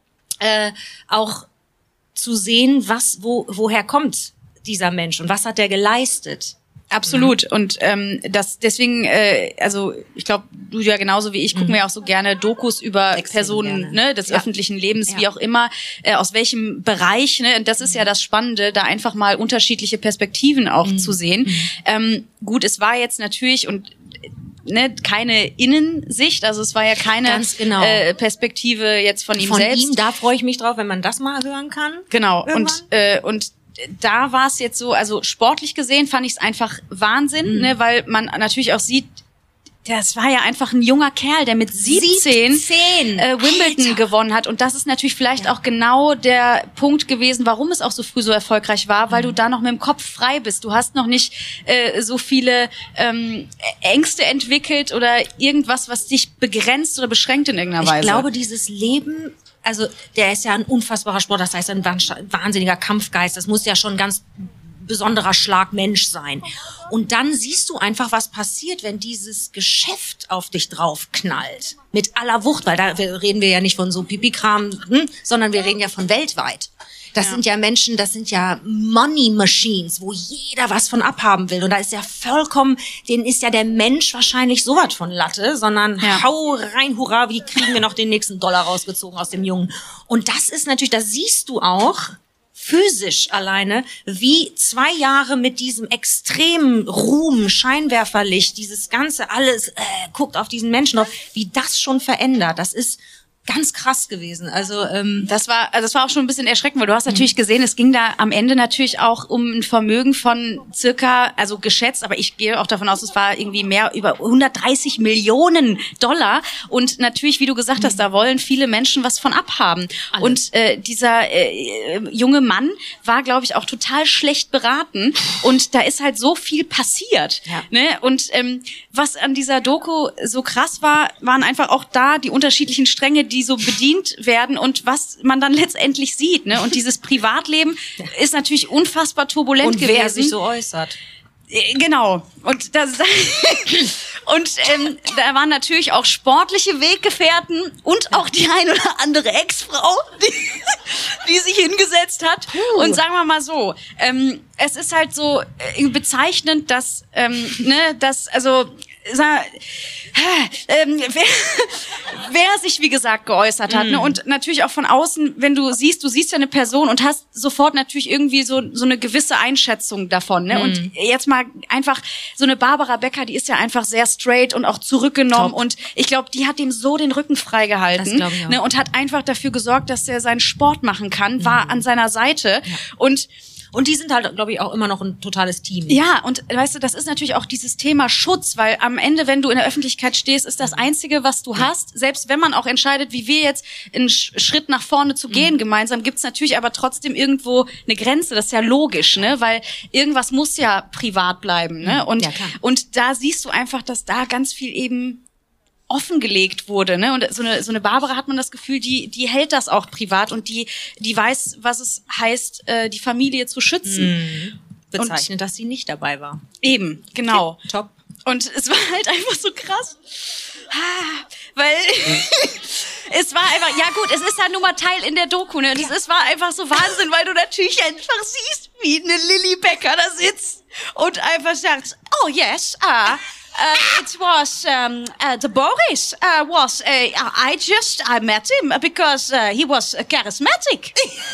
äh, auch zu sehen, was, wo, woher kommt dieser Mensch und was hat der geleistet. Absolut. Und ähm, das deswegen, äh, also ich glaube, du ja genauso wie ich, gucken Mhm. wir auch so gerne Dokus über Extrem Personen gerne. ne, des Ja. öffentlichen Lebens, Ja. wie auch immer, äh, aus welchem Bereich. Ne? Und das ist ja das Spannende, da einfach mal unterschiedliche Perspektiven auch Mhm. zu sehen. Ähm, gut, es war jetzt natürlich und ne, keine Innensicht, also es war ja keine Ganz genau. äh, Perspektive jetzt von ihm Von selbst. ihm, da freue ich mich drauf, wenn man das mal hören kann. Genau. Irgendwann. Und äh, und da war es jetzt so, also sportlich gesehen fand ich es einfach Wahnsinn, Mhm. ne, weil man natürlich auch sieht, das war ja einfach ein junger Kerl, der mit siebzehn, siebzehn. Äh, Wimbledon Alter. gewonnen hat. Und das ist natürlich vielleicht auch genau der Punkt gewesen, warum es auch so früh so erfolgreich war, weil Mhm. du da noch mit dem Kopf frei bist. Du hast noch nicht äh, so viele ähm, Ängste entwickelt oder irgendwas, was dich begrenzt oder beschränkt in irgendeiner Ich Weise. glaube, dieses Leben, also der ist ja ein unfassbarer Sport, das heißt ein wahnsinniger Kampfgeist, das muss ja schon ein ganz besonderer Schlag Mensch sein. Und dann siehst du einfach, was passiert, wenn dieses Geschäft auf dich draufknallt. Mit aller Wucht, weil da reden wir ja nicht von so Pipi-Kram, hm, sondern wir reden ja von weltweit. Das Ja. sind ja Menschen, das sind ja Money Machines, wo jeder was von abhaben will. Und da ist ja vollkommen, denen ist ja der Mensch wahrscheinlich sowas von Latte, sondern Ja. hau rein, hurra, wie kriegen wir noch den nächsten Dollar rausgezogen aus dem Jungen. Und das ist natürlich, das siehst du auch physisch alleine, wie zwei Jahre mit diesem extremen Ruhm, Scheinwerferlicht, dieses ganze alles, äh, guckt auf diesen Menschen drauf, wie das schon verändert. Das ist ganz krass gewesen. Also ähm, das war, also das war auch schon ein bisschen erschreckend, weil du hast natürlich gesehen, es ging da am Ende natürlich auch um ein Vermögen von circa, also geschätzt, aber ich gehe auch davon aus, es war irgendwie mehr über hundertdreißig Millionen Dollar. Und natürlich, wie du gesagt hast, da wollen viele Menschen was von abhaben. Alle. Und äh, dieser äh, junge Mann war, glaube ich, auch total schlecht beraten. Und da ist halt so viel passiert. Ja. Ne? Und ähm, was an dieser Doku so krass war, waren einfach auch da die unterschiedlichen Stränge, die so bedient werden und was man dann letztendlich sieht, ne? Und dieses Privatleben ist natürlich unfassbar turbulent und gewesen. Und wer sich so äußert. Genau. Und das und ähm, da waren natürlich auch sportliche Weggefährten und auch die ein oder andere Ex-Frau, die, die sich hingesetzt hat. Puh. Und sagen wir mal so, ähm, es ist halt so äh, bezeichnend, dass ähm, ne, dass also sag, ähm, wer, wer sich, wie gesagt, geäußert hat. Mm. Ne? Und natürlich auch von außen, wenn du siehst, du siehst ja eine Person und hast sofort natürlich irgendwie so so eine gewisse Einschätzung davon. Ne? Mm. Und jetzt mal einfach, so eine Barbara Becker, die ist ja einfach sehr straight und auch zurückgenommen. Top. Und ich glaube, die hat dem so den Rücken freigehalten. Das ich auch. Ne? Und hat einfach dafür gesorgt, dass er seinen Sport machen kann, mm. war an seiner Seite. Ja. Und Und die sind halt, glaube ich, auch immer noch ein totales Team. Ja, und weißt du, das ist natürlich auch dieses Thema Schutz, weil am Ende, wenn du in der Öffentlichkeit stehst, ist das Einzige, was du hast. Selbst wenn man auch entscheidet, wie wir jetzt einen Schritt nach vorne zu gehen mhm. gemeinsam, gibt's natürlich aber trotzdem irgendwo eine Grenze. Das ist ja logisch, ne? Weil irgendwas muss ja privat bleiben, ne? Und, ja, klar. Und da siehst du einfach, dass da ganz viel eben offengelegt wurde, ne? Und so eine so eine Barbara hat man das Gefühl, die die hält das auch privat und die die weiß, was es heißt, äh, die Familie zu schützen. Mhm. Bezeichnet, und dass sie nicht dabei war. Eben, genau. Okay, top. Und es war halt einfach so krass, weil es war einfach, ja gut, es ist ja nun mal Teil in der Doku, ne? Und es war einfach so Wahnsinn, weil du natürlich einfach siehst, wie eine Lilly Becker da sitzt und einfach sagt, oh yes, ah. Uh, it was um, uh, the Boris uh, was uh, I just I met him because uh, he was uh, charismatic.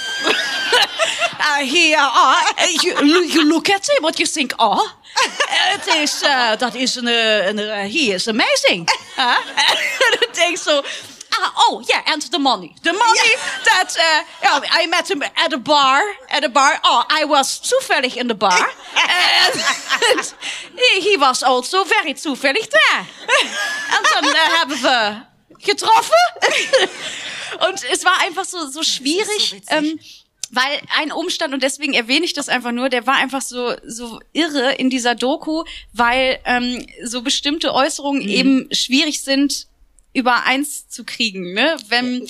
uh, he uh, uh, you, you look at him, what you think? Oh, it is uh, that is an, an, uh, he is amazing. Uh, du denkst so. Uh, oh, yeah, and the money. The money yeah. that, uh, yeah, I met him at a bar, at a bar. Oh, I was zufällig in the bar. and, and he, he was also very zufällig there. Und dann äh, haben wir getroffen. Und es war einfach so, so schwierig, so ähm, weil ein Umstand, und deswegen erwähne ich das einfach nur, der war einfach so, so irre in dieser Doku, weil ähm, so bestimmte Äußerungen mhm. eben schwierig sind, übereins zu kriegen, ne? Wenn,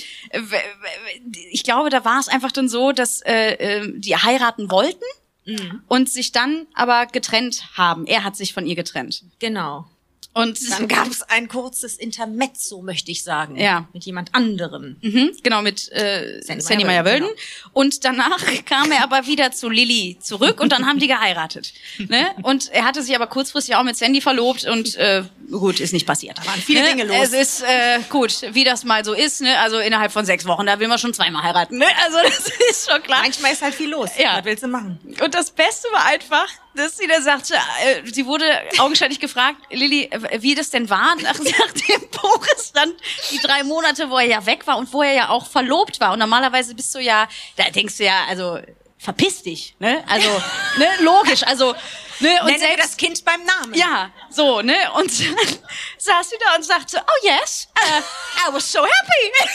ich glaube, da war es einfach dann so, dass äh, die heiraten wollten mhm. und sich dann aber getrennt haben. Er hat sich von ihr getrennt. Genau. Und dann gab es ein kurzes Intermezzo, möchte ich sagen, ja. mit jemand anderem. Mhm, genau, mit äh, Sandy Meyer-Wölden. Genau. Und danach kam er aber wieder zu Lilly zurück und dann haben die geheiratet. Ne? Und er hatte sich aber kurzfristig auch mit Sandy verlobt und äh, gut, ist nicht passiert. Da waren viele ne? Dinge los. Es ist äh, gut, wie das mal so ist. Ne? Also innerhalb von sechs Wochen, da will man schon zweimal heiraten. Ne? Also das ist schon klar. Manchmal ist halt viel los. Ja. Was willst du machen? Und das Beste war einfach, dass sie da sagte, äh, sie wurde augenscheinlich gefragt, Lilly, wie das denn war, nach, nach dem Boris dann die drei Monate, wo er ja weg war und wo er ja auch verlobt war. Und normalerweise bist du ja, da denkst du ja, also verpiss dich, ne? Also, ne, logisch, also, ne, und nenne selbst das Kind beim Namen. Ja, so, ne? Und dann saß sie da und sagte, oh yes, uh, I was so happy.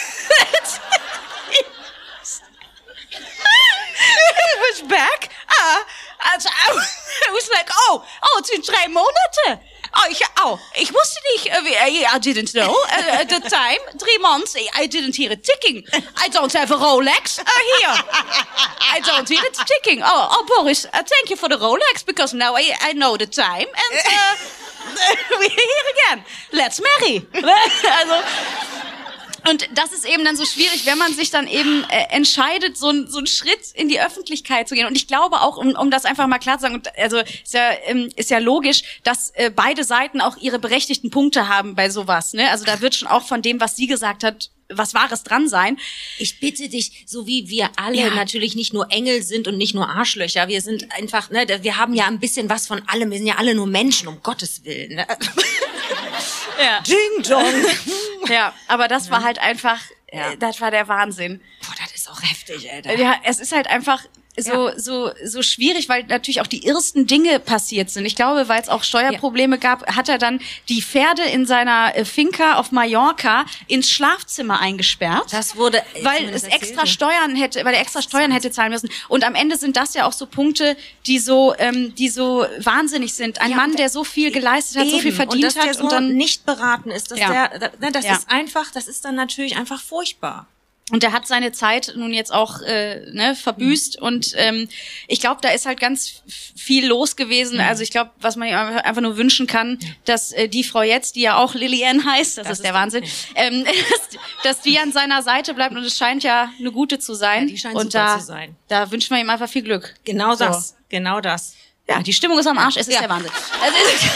He was back. Uh, also, I was like, oh, oh, es sind drei Monate. Oh, ich, oh, ich wusste nicht, uh, I didn't know uh, at the time. Three months, I didn't hear it ticking. I don't have a Rolex uh, here. I don't hear it ticking. Oh, oh, Boris, uh, thank you for the Rolex, because now I, I know the time. And uh, we're here again. Let's marry. Also, und das ist eben dann so schwierig, wenn man sich dann eben äh, entscheidet, so, ein, so einen Schritt in die Öffentlichkeit zu gehen. Und ich glaube auch, um, um das einfach mal klar zu sagen, und, also ist ja, ähm, ist ja logisch, dass äh, beide Seiten auch ihre berechtigten Punkte haben bei sowas. Ne? Also da wird schon auch von dem, was sie gesagt hat, was Wahres dran sein. Ich bitte dich, so wie wir alle Ja. natürlich nicht nur Engel sind und nicht nur Arschlöcher, wir sind einfach, ne, wir haben ja ein bisschen was von allem, wir sind ja alle nur Menschen, um Gottes Willen. Ne? Ja. Ding Dong. Ja, aber das war halt einfach, Ja. äh, das war der Wahnsinn. Boah, das ist auch heftig, Alter. Ja, es ist halt einfach so Ja. so so schwierig, weil natürlich auch die ersten Dinge passiert sind. Ich glaube, weil es auch Steuerprobleme gab, hat er dann die Pferde in seiner äh, Finca auf Mallorca ins Schlafzimmer eingesperrt. Das wurde, weil zumindest es extra erzählt. Steuern hätte, weil er extra Steuern hätte zahlen müssen. Und am Ende sind das ja auch so Punkte, die so, ähm, die so wahnsinnig sind. Ein Ja, Mann, und der so viel geleistet hat, so viel Eben. verdient und dass hat der so und dann nicht beraten ist, dass Ja. der, ne, das Ja. ist einfach, das ist dann natürlich einfach furchtbar. Und er hat seine Zeit nun jetzt auch äh, ne, verbüßt. Mhm. Und ähm, ich glaube, da ist halt ganz f- viel los gewesen. Mhm. Also ich glaube, was man ihm einfach nur wünschen kann, dass äh, die Frau jetzt, die ja auch Lilian heißt, das, Das ist ist der die- Wahnsinn, ähm, dass, dass die an seiner Seite bleibt. Und es scheint ja eine gute zu sein. Ja, die scheint und super da, zu sein. da wünschen wir ihm einfach viel Glück. Genau So. das, genau das. Ja, die Stimmung ist am Arsch, es ist Ja. der Wahnsinn. Es ist,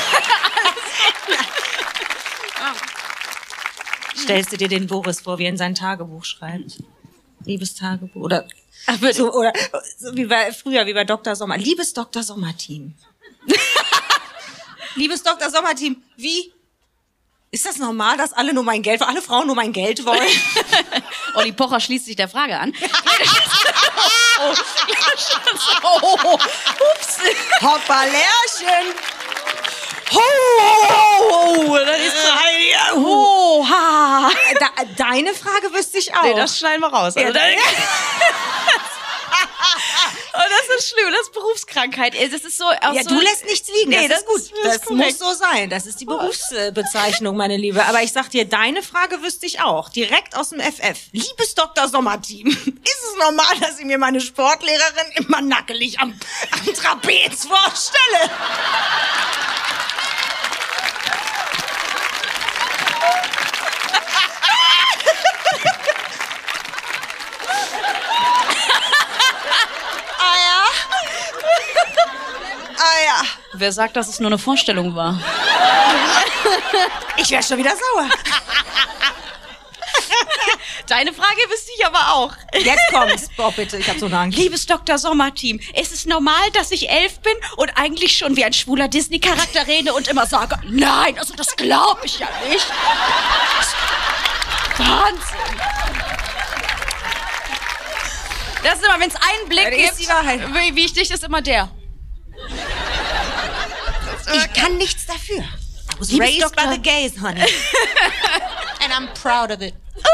Stellst du dir den Boris vor, wie er in sein Tagebuch schreibt? Liebestagebuch oder Ach, wirklich? so, oder so wie bei früher, wie bei Doktor Sommer. Liebes Doktor Sommerteam. Liebes Doktor Sommerteam, wie ist das normal, dass alle nur mein Geld, alle Frauen nur mein Geld wollen? Olli Pocher schließt sich der Frage an. oh, oh, ups. Hoppalärchen! Ho, ho, ho, das ist so, ho, ha. Da, deine Frage wüsste ich auch. Nee, das schneiden wir raus. Also, Ja, das, oh, das ist schlimm, das ist Berufskrankheit. Ey, Das ist so, auch Ja, so, du lässt nichts liegen, Nee, das, ist gut. das Das, ist korrekt. muss so sein. Das ist die Berufsbezeichnung, meine Liebe. Aber ich sag dir, deine Frage wüsste ich auch. Direkt aus dem F F. Liebes Doktor Sommerteam, ist es normal, dass ich mir meine Sportlehrerin immer nackelig am, am Trapez vorstelle? Ah ja. Ah ja. Wer sagt, dass es nur eine Vorstellung war? Ich wäre schon wieder sauer. Deine Frage wüsste ich aber auch. Jetzt kommt's. Boah, bitte, ich hab so Angst. Liebes Doktor Sommerteam, ist es normal, dass ich elf bin und eigentlich schon wie ein schwuler Disney-Charakter rede und immer sage, nein, also das glaube ich ja nicht. Wahnsinn. Das ist immer, wenn es einen Blick Ja, das gibt, ist die Wahrheit. wie wichtig ist immer der. Ich kann nichts dafür. I was Liebes raised Doktor- by the gays, honey. And I'm proud of it.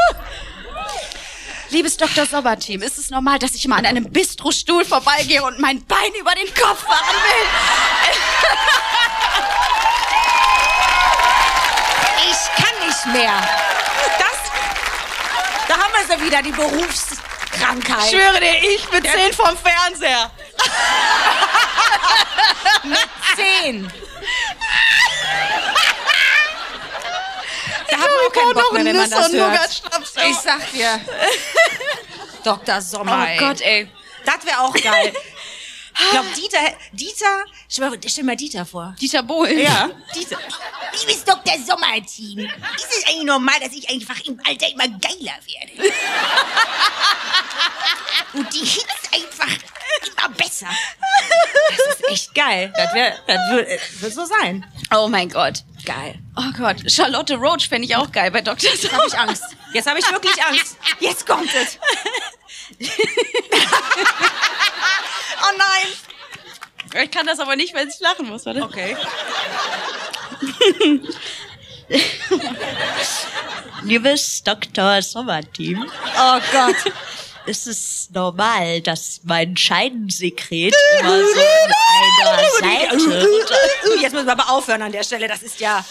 Liebes Doktor Sommerteam, ist es normal, dass ich immer an einem Bistrostuhl vorbeigehe und mein Bein über den Kopf fahren will? Ich kann nicht mehr. Das, da haben wir sie wieder, die Berufskrankheit. Ich schwöre dir, ich bin zehn vom Fernseher. Zehn. Da hat man auch keinen Bock mehr, wenn man das hört. Ich sag dir. Doktor Sommer, Oh Gott, ey. Das wäre auch geil. Ich glaube, Dieter, Dieter, stell mal, stell mal Dieter vor. Dieter Bohlen. Ja, Dieter. Liebes Doktor Sommerteam, ist es eigentlich normal, dass ich einfach im Alter immer geiler werde? Und die Hits einfach immer besser. Das ist echt geil. Das, wär, das wird, wird so sein. Oh mein Gott. Geil. Oh Gott. Charlotte Roach fände ich auch geil bei Doktor Jetzt habe ich Angst. Jetzt habe ich wirklich Angst. Jetzt kommt es. Oh nein. Ich kann das aber nicht, wenn ich lachen muss, warte. Okay. Liebes Doktor Sommerteam, Oh Gott. ist es normal, dass mein Scheinsekret immer so an einer Seite... Jetzt müssen wir aber aufhören an der Stelle. Das ist ja...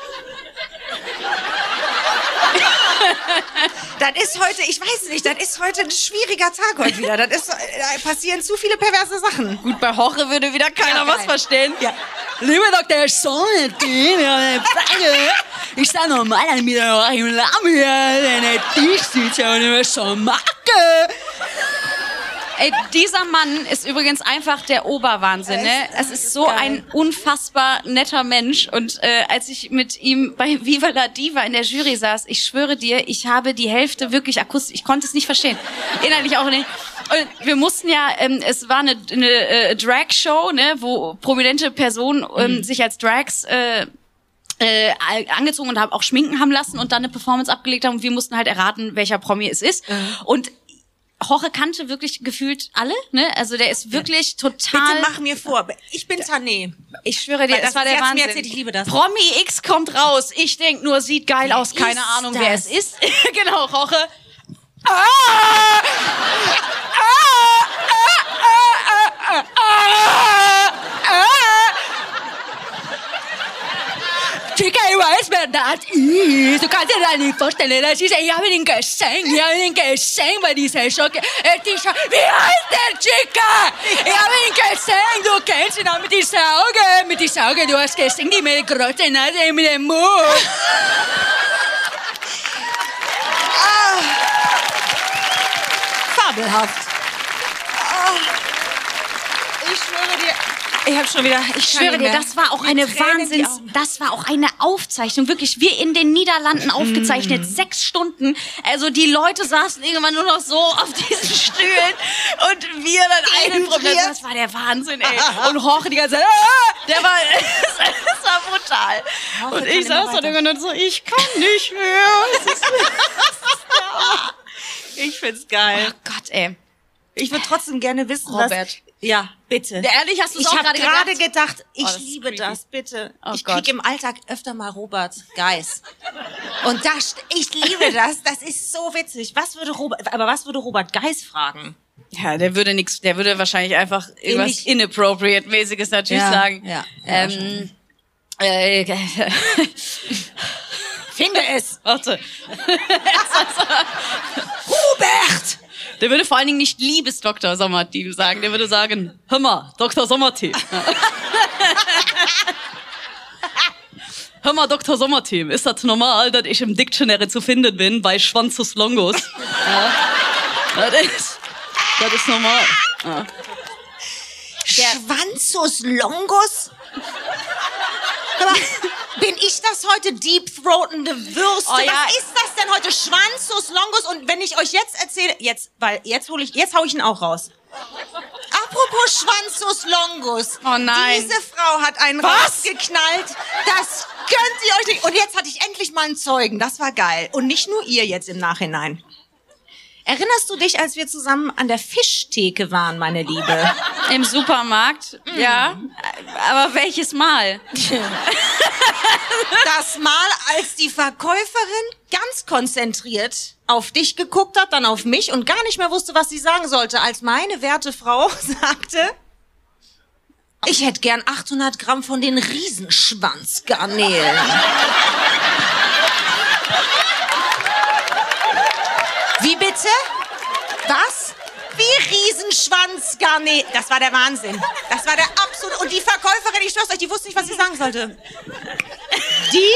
Das ist heute, ich weiß nicht, das ist heute ein schwieriger Tag heute wieder. Das ist, da passieren zu viele perverse Sachen. Gut, bei Horre würde wieder keiner Ja, was geil. verstehen. Ja. Liebe Doktor Sommerteam, eine Frage. Ist das normal, dass ich mit eurem Namen hier in der Tisch sitze und immer so mache? Ey, dieser Mann ist übrigens einfach der Oberwahnsinn, ne? Es ist so ein unfassbar netter Mensch. Und äh, als ich mit ihm bei Viva la Diva in der Jury saß, ich schwöre dir, ich habe die Hälfte wirklich akustisch, ich konnte es nicht verstehen. Innerlich auch nicht. Und wir mussten ja, ähm, es war eine, eine äh, Drag-Show, ne, wo prominente Personen ähm, mhm. sich als Drags äh, äh, angezogen und haben auch schminken haben lassen und dann eine Performance abgelegt haben. Und wir mussten halt erraten, welcher Promi es ist. Mhm. Und Jorge kannte wirklich gefühlt alle, ne? Also der ist wirklich total... Bitte mach mir vor. Ich bin Tané. Ich schwöre dir, das, das war der Wahnsinn. Erzählt, ich liebe das. Promi X kommt raus. Ich denk nur, sieht geil wer aus. Keine Ahnung, das? wer es ist. Genau, Jorge. Ah! Ah! Ah! Ah! Ah! Ah! Chica, ich weiß, wer das ist. Du kannst dir das nicht vorstellen. Das ist, ich habe ihn gesehen. Ich habe ihn gesehen bei dieser Show. Wie heißt der Chica? Ich habe ihn gesehen. Du kennst ihn auch mit dieser Augen. Mit dieser Augen. Du hast gesehen, die mit der großen Nase mit dem Mund. Ah. Fabelhaft. Ah. Ich schwöre dir... Ich habe schon wieder. Ich schwöre dir, das war auch eine Wahnsinns. Das war auch eine Aufzeichnung. Wirklich, wir in den Niederlanden aufgezeichnet. Mm. Sechs Stunden. Also die Leute saßen irgendwann nur noch so auf diesen Stühlen und wir dann eine Problem. Das war der Wahnsinn, ey. Und Jorge die ganze Zeit. Ah, der war. Das war brutal. Jorge und ich saß dann irgendwann so, ich kann nicht mehr. Ich find's geil. Oh Gott, ey. Ich würde trotzdem gerne wissen, Robert. was... Ja, bitte. Ehrlich, hast du es auch gerade gedacht? gedacht? Ich habe gerade gedacht, ich oh, das liebe das, bitte. Oh ich Gott. krieg im Alltag öfter mal Robert Geis. Und das, ich liebe das, das ist so witzig. Was würde Robert, aber was würde Robert Geis fragen? Ja, der würde nix, der würde wahrscheinlich einfach irgendwas Ähnlich. Inappropriate-mäßiges natürlich Ja, sagen. ja, ja, ähm, äh, Finde es. Warte. Robert! Der würde vor allen Dingen nicht liebes Doktor Sommerteam sagen. Der würde sagen, hör mal, Doktor Sommerteam. Hör mal, Doktor Sommerteam, ist das normal, dass ich im Dictionary zu finden bin bei Schwanzus Longus? Ja. Das ist, das ist normal. Ja. Schwanzus Longus? Aber bin ich das heute deep-throatende Würste? Oh, ja. Was ist das denn heute? Schwanzus Longus? Und wenn ich euch jetzt erzähle, jetzt, weil jetzt hole ich, jetzt hau ich ihn auch raus. Apropos Schwanzus Longus. Oh nein. Diese Frau hat einen Was? rausgeknallt. Das gönnt ihr euch nicht. Und jetzt hatte ich endlich mal einen Zeugen. Das war geil. Und nicht nur ihr jetzt im Nachhinein. Erinnerst du dich, als wir zusammen an der Fischtheke waren, meine Liebe? Im Supermarkt, mm. ja. Aber welches Mal? Das Mal, als die Verkäuferin ganz konzentriert auf dich geguckt hat, dann auf mich und gar nicht mehr wusste, was sie sagen sollte, als meine werte Frau sagte, ich hätte gern achthundert Gramm von den Riesenschwanzgarnelen. Wie bitte? Was? Wie Riesenschwanzgarnelen? Das war der Wahnsinn. Das war der absolute... Und die Verkäuferin, ich schwör's euch, die wusste nicht, was sie sagen sollte. Die?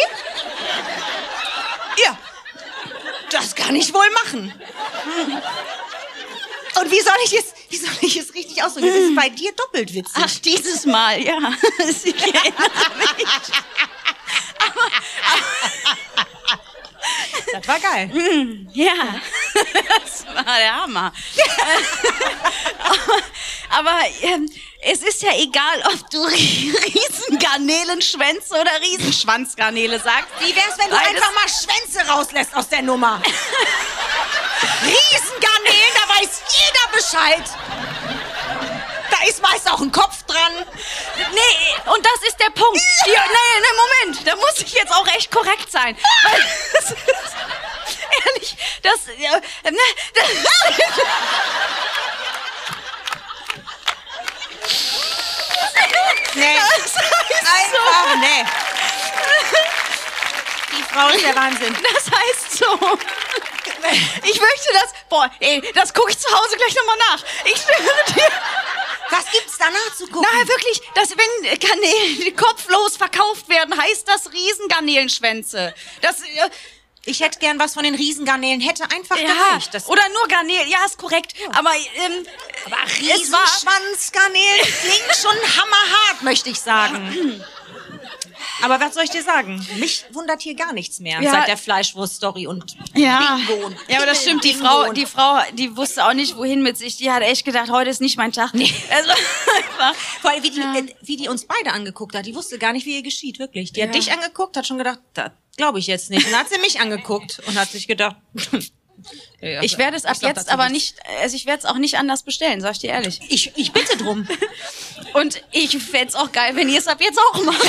Ja. Das kann ich wohl machen. Und wie soll ich es, wie soll ich es richtig ausdrücken? Es ist bei dir doppelt witzig. Ach, dieses Mal, ja. Ich erinnere mich. Aber, aber das war geil. Mm, ja, das war der Hammer. aber aber ähm, es ist ja egal, ob du Riesengarnelenschwänze oder Riesenschwanzgarnele sagst. Wie wär's, wenn du Beides. einfach mal Schwänze rauslässt aus der Nummer? Riesengarnelen, da weiß jeder Bescheid. Da ist meist auch ein Kopf dran. Nee, und das ist der Punkt. Die, nee, nee, Moment, da muss ich jetzt auch echt korrekt sein. Weil das ist, ehrlich, das, ja, ne, das nee, das heißt einfach, so. nee. Die Frau ist der Wahnsinn. Das heißt so. Ich möchte das, boah, ey, das gucke ich zu Hause gleich nochmal nach. Ich schwöre dir. Was gibt's danach zu gucken? Na, wirklich, dass wenn Garnelen kopflos verkauft werden, heißt das Riesengarnelenschwänze. Das, äh, Ich hätte gern was von den Riesengarnelen. Hätte einfach Ja, gereicht. Das oder nur Garnelen. Ja, ist korrekt. Aber, ähm, aber es war... Riesenschwanzgarnelen klingt schon hammerhart, möchte ich sagen. Aber was soll ich dir sagen? Mich wundert hier gar nichts mehr Ja. seit der Fleischwurst-Story und Ja. Bingo. Und Ja, aber das stimmt. Die Bingo Frau, und- die Frau, die wusste auch nicht, wohin mit sich. Die hat echt gedacht, heute ist nicht mein Tag. Nee. Also, einfach, Vor allem, wie die, äh, wie die uns beide angeguckt hat. Die wusste gar nicht, wie ihr geschieht, wirklich. Die hat dich angeguckt, hat schon gedacht, das glaube ich jetzt nicht. Und dann hat sie mich angeguckt und hat sich gedacht... Ja, ich werde es ab sag jetzt dazu aber nichts. nicht, also ich werde es auch nicht anders bestellen, sag ich dir ehrlich. Ich, ich bitte drum. Und ich fände es auch geil, wenn ihr es ab jetzt auch macht.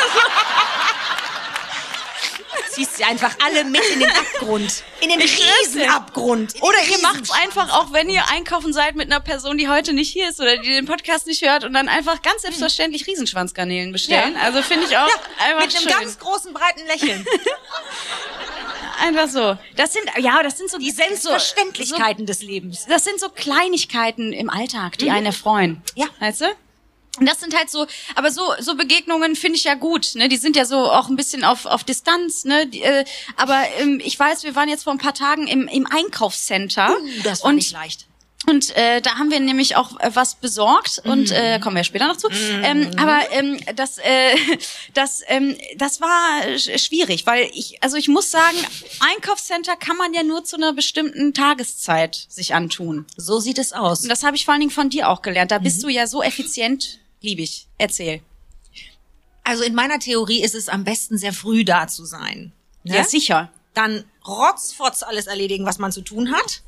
Ziehst sie einfach alle mit in den Abgrund. In den Riesenabgrund. In den Oder ihr macht es Riesenschwanz. einfach, auch wenn ihr einkaufen seid mit einer Person, die heute nicht hier ist oder die den Podcast nicht hört und dann einfach ganz selbstverständlich Riesenschwanzgarnelen bestellen. Ja. Also finde ich auch einfach Mit einem schön. ganz großen, breiten Lächeln. Einfach so. Das sind, ja, das sind so Die so, Selbstverständlichkeiten des Lebens. das sind so Kleinigkeiten im Alltag, die einen erfreuen. Ja. Weißt du? Und das sind halt so, aber so so Begegnungen finde ich ja gut, ne? Die sind ja so auch ein bisschen auf auf Distanz, ne? Die, äh, aber ähm, ich weiß, wir waren jetzt vor ein paar Tagen im im Einkaufscenter Uh, das war und nicht leicht. und äh, da haben wir nämlich auch äh, was besorgt und äh, kommen wir später noch zu. Ähm, aber ähm, das, äh, das, ähm, das war sch- schwierig, weil ich, also ich muss sagen, Einkaufscenter kann man ja nur zu einer bestimmten Tageszeit sich antun. So sieht es aus. Und das habe ich vor allen Dingen von dir auch gelernt. Da bist du ja so effizient, lieb ich. Erzähl. Also in meiner Theorie ist es am besten, sehr früh da zu sein. Ne? Ja, sicher. Dann rotzfotz alles erledigen, was man zu tun hat.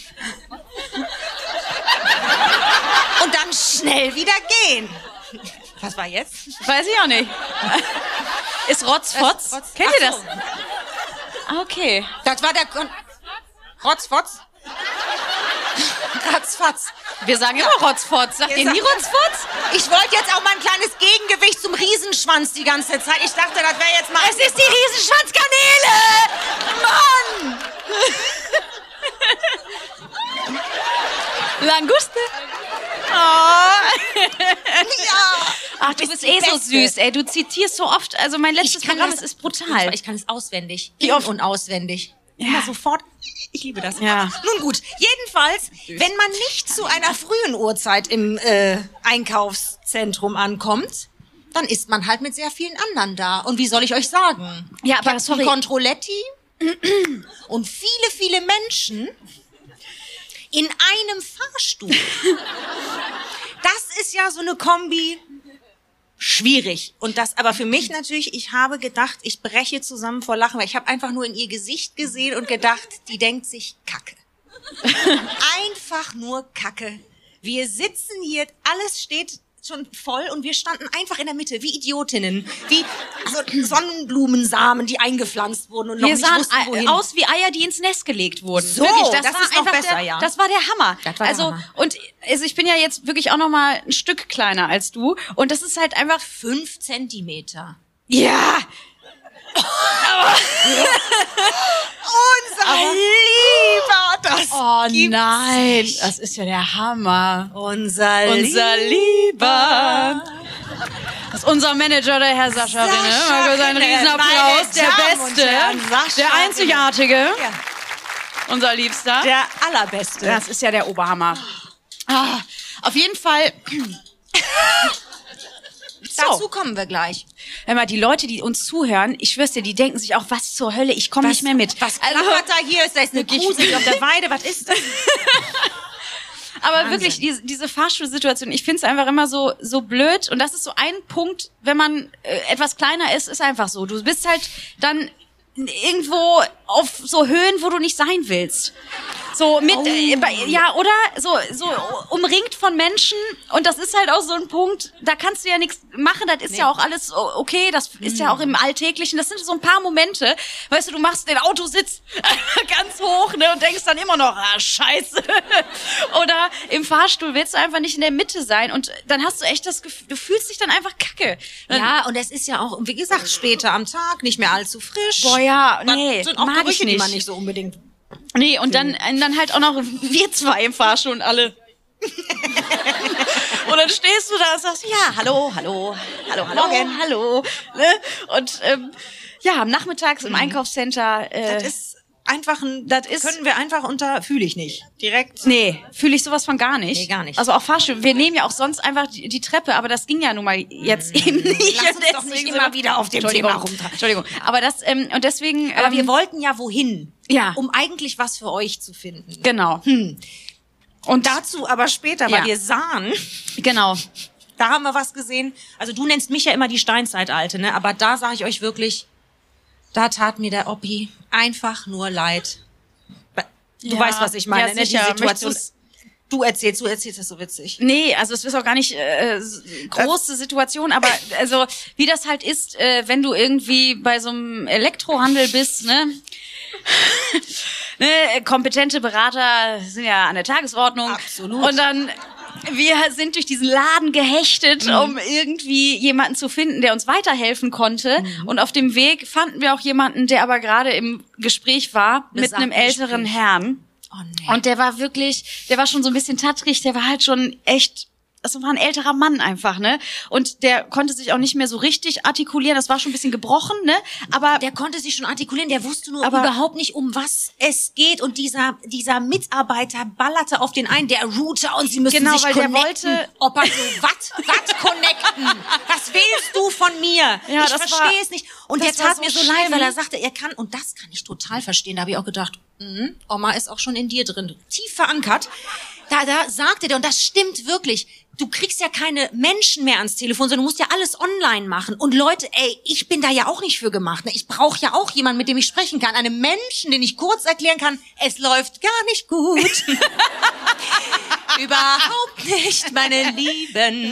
Und dann schnell wieder gehen. Was war jetzt? Weiß ich auch nicht. Ist Rotzfotz? Rotz- Kennt ihr Ach das? so. Ah, okay. Das war der Kon Rotzfotz? Ratzfatz. Wir sagen immer Rotzfotz. Sagt Ihr ihr nie sagt- Rotzfotz? Ich wollte jetzt auch mal ein kleines Gegengewicht zum Riesenschwanz die ganze Zeit. Ich dachte, das wäre jetzt mal... Es ist die Riesenschwanzkanäle! Mann! Languste? Oh. Ja. Ach, du bist eh so süß, ey. Du zitierst so oft. Also mein letztes Programm, es ist brutal. Ich kann es auswendig. Wie In- oft? und auswendig. Ja. Immer sofort. Ich liebe das. Ja. Nun gut, jedenfalls, wenn man nicht zu einer frühen Uhrzeit im äh, Einkaufszentrum ankommt, dann ist man halt mit sehr vielen anderen da. Und wie soll ich euch sagen? Ja, aber Captain sorry. Controletti und viele, viele Menschen in einem Fahrstuhl. Das ist ja so eine Kombi. Schwierig. Und das aber für mich natürlich, ich habe gedacht, ich breche zusammen vor Lachen, weil ich habe einfach nur in ihr Gesicht gesehen und gedacht, die denkt sich Kacke. Einfach nur Kacke. Wir sitzen hier, alles steht schon voll und wir standen einfach in der Mitte, wie Idiotinnen, wie so Sonnenblumensamen, die eingepflanzt wurden und noch Wir nicht sahen wussten, wohin. a- aus wie Eier, die ins Nest gelegt wurden. So, wirklich, das, das war ist noch einfach besser, der, ja. Das war der Hammer. Das war der also Hammer. und also ich bin ja jetzt wirklich auch noch mal ein Stück kleiner als du und das ist halt einfach Fünf Zentimeter. ja. Unser Lieber, das Oh gibt's nein, nicht. das ist ja der Hammer. Unser, Unser Lieber. Das ist unser Manager, der Herr Sascha Rinne. Sascha Mal kurz einen Rinne, Riesenapplaus. meine Der Damen und Beste, Herren, Sascha der Einzigartige, Ja, unser Liebster. der Allerbeste. Das ist ja der Oberhammer. Ah, auf jeden Fall. Dazu kommen wir gleich. Hör mal, die Leute, die uns zuhören, ich schwör's dir, die denken sich auch, was zur Hölle, ich komme nicht mehr mit. Was Also, klappert da hier? Ist da jetzt eine Kuh sitzt auf der Weide? Was ist das? aber Wahnsinn. wirklich, diese, diese Fahrstuhlsituation, ich find's einfach immer so so blöd. Und das ist so ein Punkt, wenn man äh, etwas kleiner ist, ist einfach so. Du bist halt dann irgendwo auf so Höhen, wo du nicht sein willst. So mit, äh, bei, ja, oder? So, so umringt von Menschen. Und das ist halt auch so ein Punkt, da kannst du ja nichts machen. Das ist ja auch alles o- okay. Das ist ja auch im Alltäglichen. Das sind so ein paar Momente. Weißt du, du machst den Autositz ganz hoch, ne, und denkst dann immer noch, ah, scheiße. Oder im Fahrstuhl willst du einfach nicht in der Mitte sein. Und dann hast du echt das Gefühl, du fühlst dich dann einfach kacke. Dann, Ja, und es ist ja auch, wie gesagt, später am Tag, nicht mehr allzu frisch. Boah, ja, Das nee, sind auch mag Gerüche, ich nicht. die man nicht so unbedingt... Nee, und dann, und dann halt auch noch wir zwei im Fahrstuhl und alle. Und dann stehst du da und sagst, ja, hallo, hallo, hallo, hallo, Morgen. hallo. Ne? Und ähm, ja, nachmittags im Einkaufscenter. Äh, Das ist einfach ein, das ist- können wir einfach unter, fühle ich nicht. Direkt. Nee, fühle ich sowas von gar nicht. Nee, gar nicht. Also auch Fahrstuhl. Wir nehmen ja auch sonst einfach die, die Treppe, aber das ging ja nun mal jetzt eben nicht. Lass uns Und doch nicht deswegen immer sind wir- wieder auf dem Entschuldigung, Thema rumdrehen. Entschuldigung. Aber das, ähm, und deswegen. Aber ähm, wir wollten ja wohin? Ja. Um eigentlich was für euch zu finden. Genau. Und dazu aber später, weil Ja. wir sahen, Genau. da haben wir was gesehen. Also du nennst mich ja immer die Steinzeitalte, ne? Aber da sage ich euch wirklich, da tat mir der Oppi einfach nur leid. Du Ja. weißt, was ich meine, Ja, ne? Die sicher. Situation. Möchtest Du erzählst, du erzählst das so witzig. Nee, also es ist auch gar nicht äh, s- große Situation, aber also wie das halt ist, äh, wenn du irgendwie bei so einem Elektrohandel bist, ne? ne, kompetente Berater sind ja an der Tagesordnung. Absolut. Und dann wir sind durch diesen Laden gehechtet, Mhm. um irgendwie jemanden zu finden, der uns weiterhelfen konnte. Mhm. Und auf dem Weg fanden wir auch jemanden, der aber gerade im Gespräch war mit Besagten einem älteren Gespräch. Herrn. Oh nee. Und der war wirklich, der war schon so ein bisschen tattrig, der war halt schon echt, das war ein älterer Mann einfach, ne? Und der konnte sich auch nicht mehr so richtig artikulieren, das war schon ein bisschen gebrochen, ne? Aber Der konnte sich schon artikulieren, der wusste nur Aber- überhaupt nicht, um was es geht. Und dieser, dieser Mitarbeiter ballerte auf den einen, der Router, und sie müssen Genau, sich weil der connecten. wollte- Opa so, was, was connecten? Was willst du von mir? Ja, ich das verstehe war- es nicht. Und das der war tat so mir so leid, schlimm. weil er sagte, er kann, und das kann ich total verstehen. Da habe ich auch gedacht, mhm, Oma ist auch schon in dir drin, tief verankert. Da, da sagte der, und das stimmt wirklich, du kriegst ja keine Menschen mehr ans Telefon, sondern du musst ja alles online machen. Und Leute, ey, ich bin da ja auch nicht für gemacht. Ne? Ich brauche ja auch jemanden, mit dem ich sprechen kann. Einen Menschen, den ich kurz erklären kann, es läuft gar nicht gut. Überhaupt nicht, meine Lieben.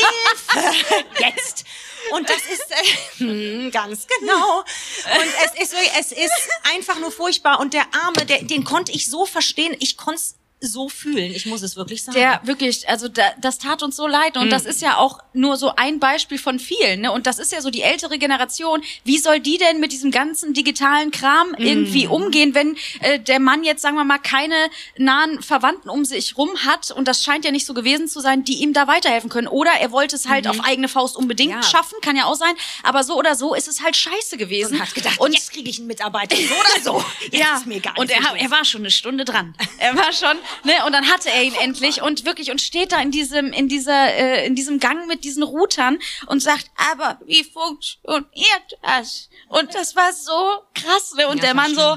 Hilfe! Jetzt! Und das ist äh, hm, ganz genau. Und es ist wirklich, es ist einfach nur furchtbar. Und der Arme, der, den konnte ich so verstehen. Ich konnte es so fühlen. Ich muss es wirklich sagen. der wirklich, also da, das tat uns so leid und das ist ja auch nur so ein Beispiel von vielen, ne? Und das ist ja so die ältere Generation. Wie soll die denn mit diesem ganzen digitalen Kram irgendwie umgehen, wenn äh, der Mann jetzt, sagen wir mal, keine nahen Verwandten um sich rum hat und das scheint ja nicht so gewesen zu sein, die ihm da weiterhelfen können. Oder er wollte es halt auf eigene Faust unbedingt Ja. schaffen, kann ja auch sein. Aber so oder so ist es halt scheiße gewesen. und hat gedacht, und jetzt kriege ich einen Mitarbeiter, so oder so. Jetzt ja, ist mir egal. und er, er war schon eine Stunde dran. Er war schon, ne, und dann hatte er ihn endlich und wirklich und steht da in diesem in dieser äh, in diesem Gang mit diesen Routern und sagt, aber wie funktioniert das? Und das war so krass, ne? Und Ja, der war Mann so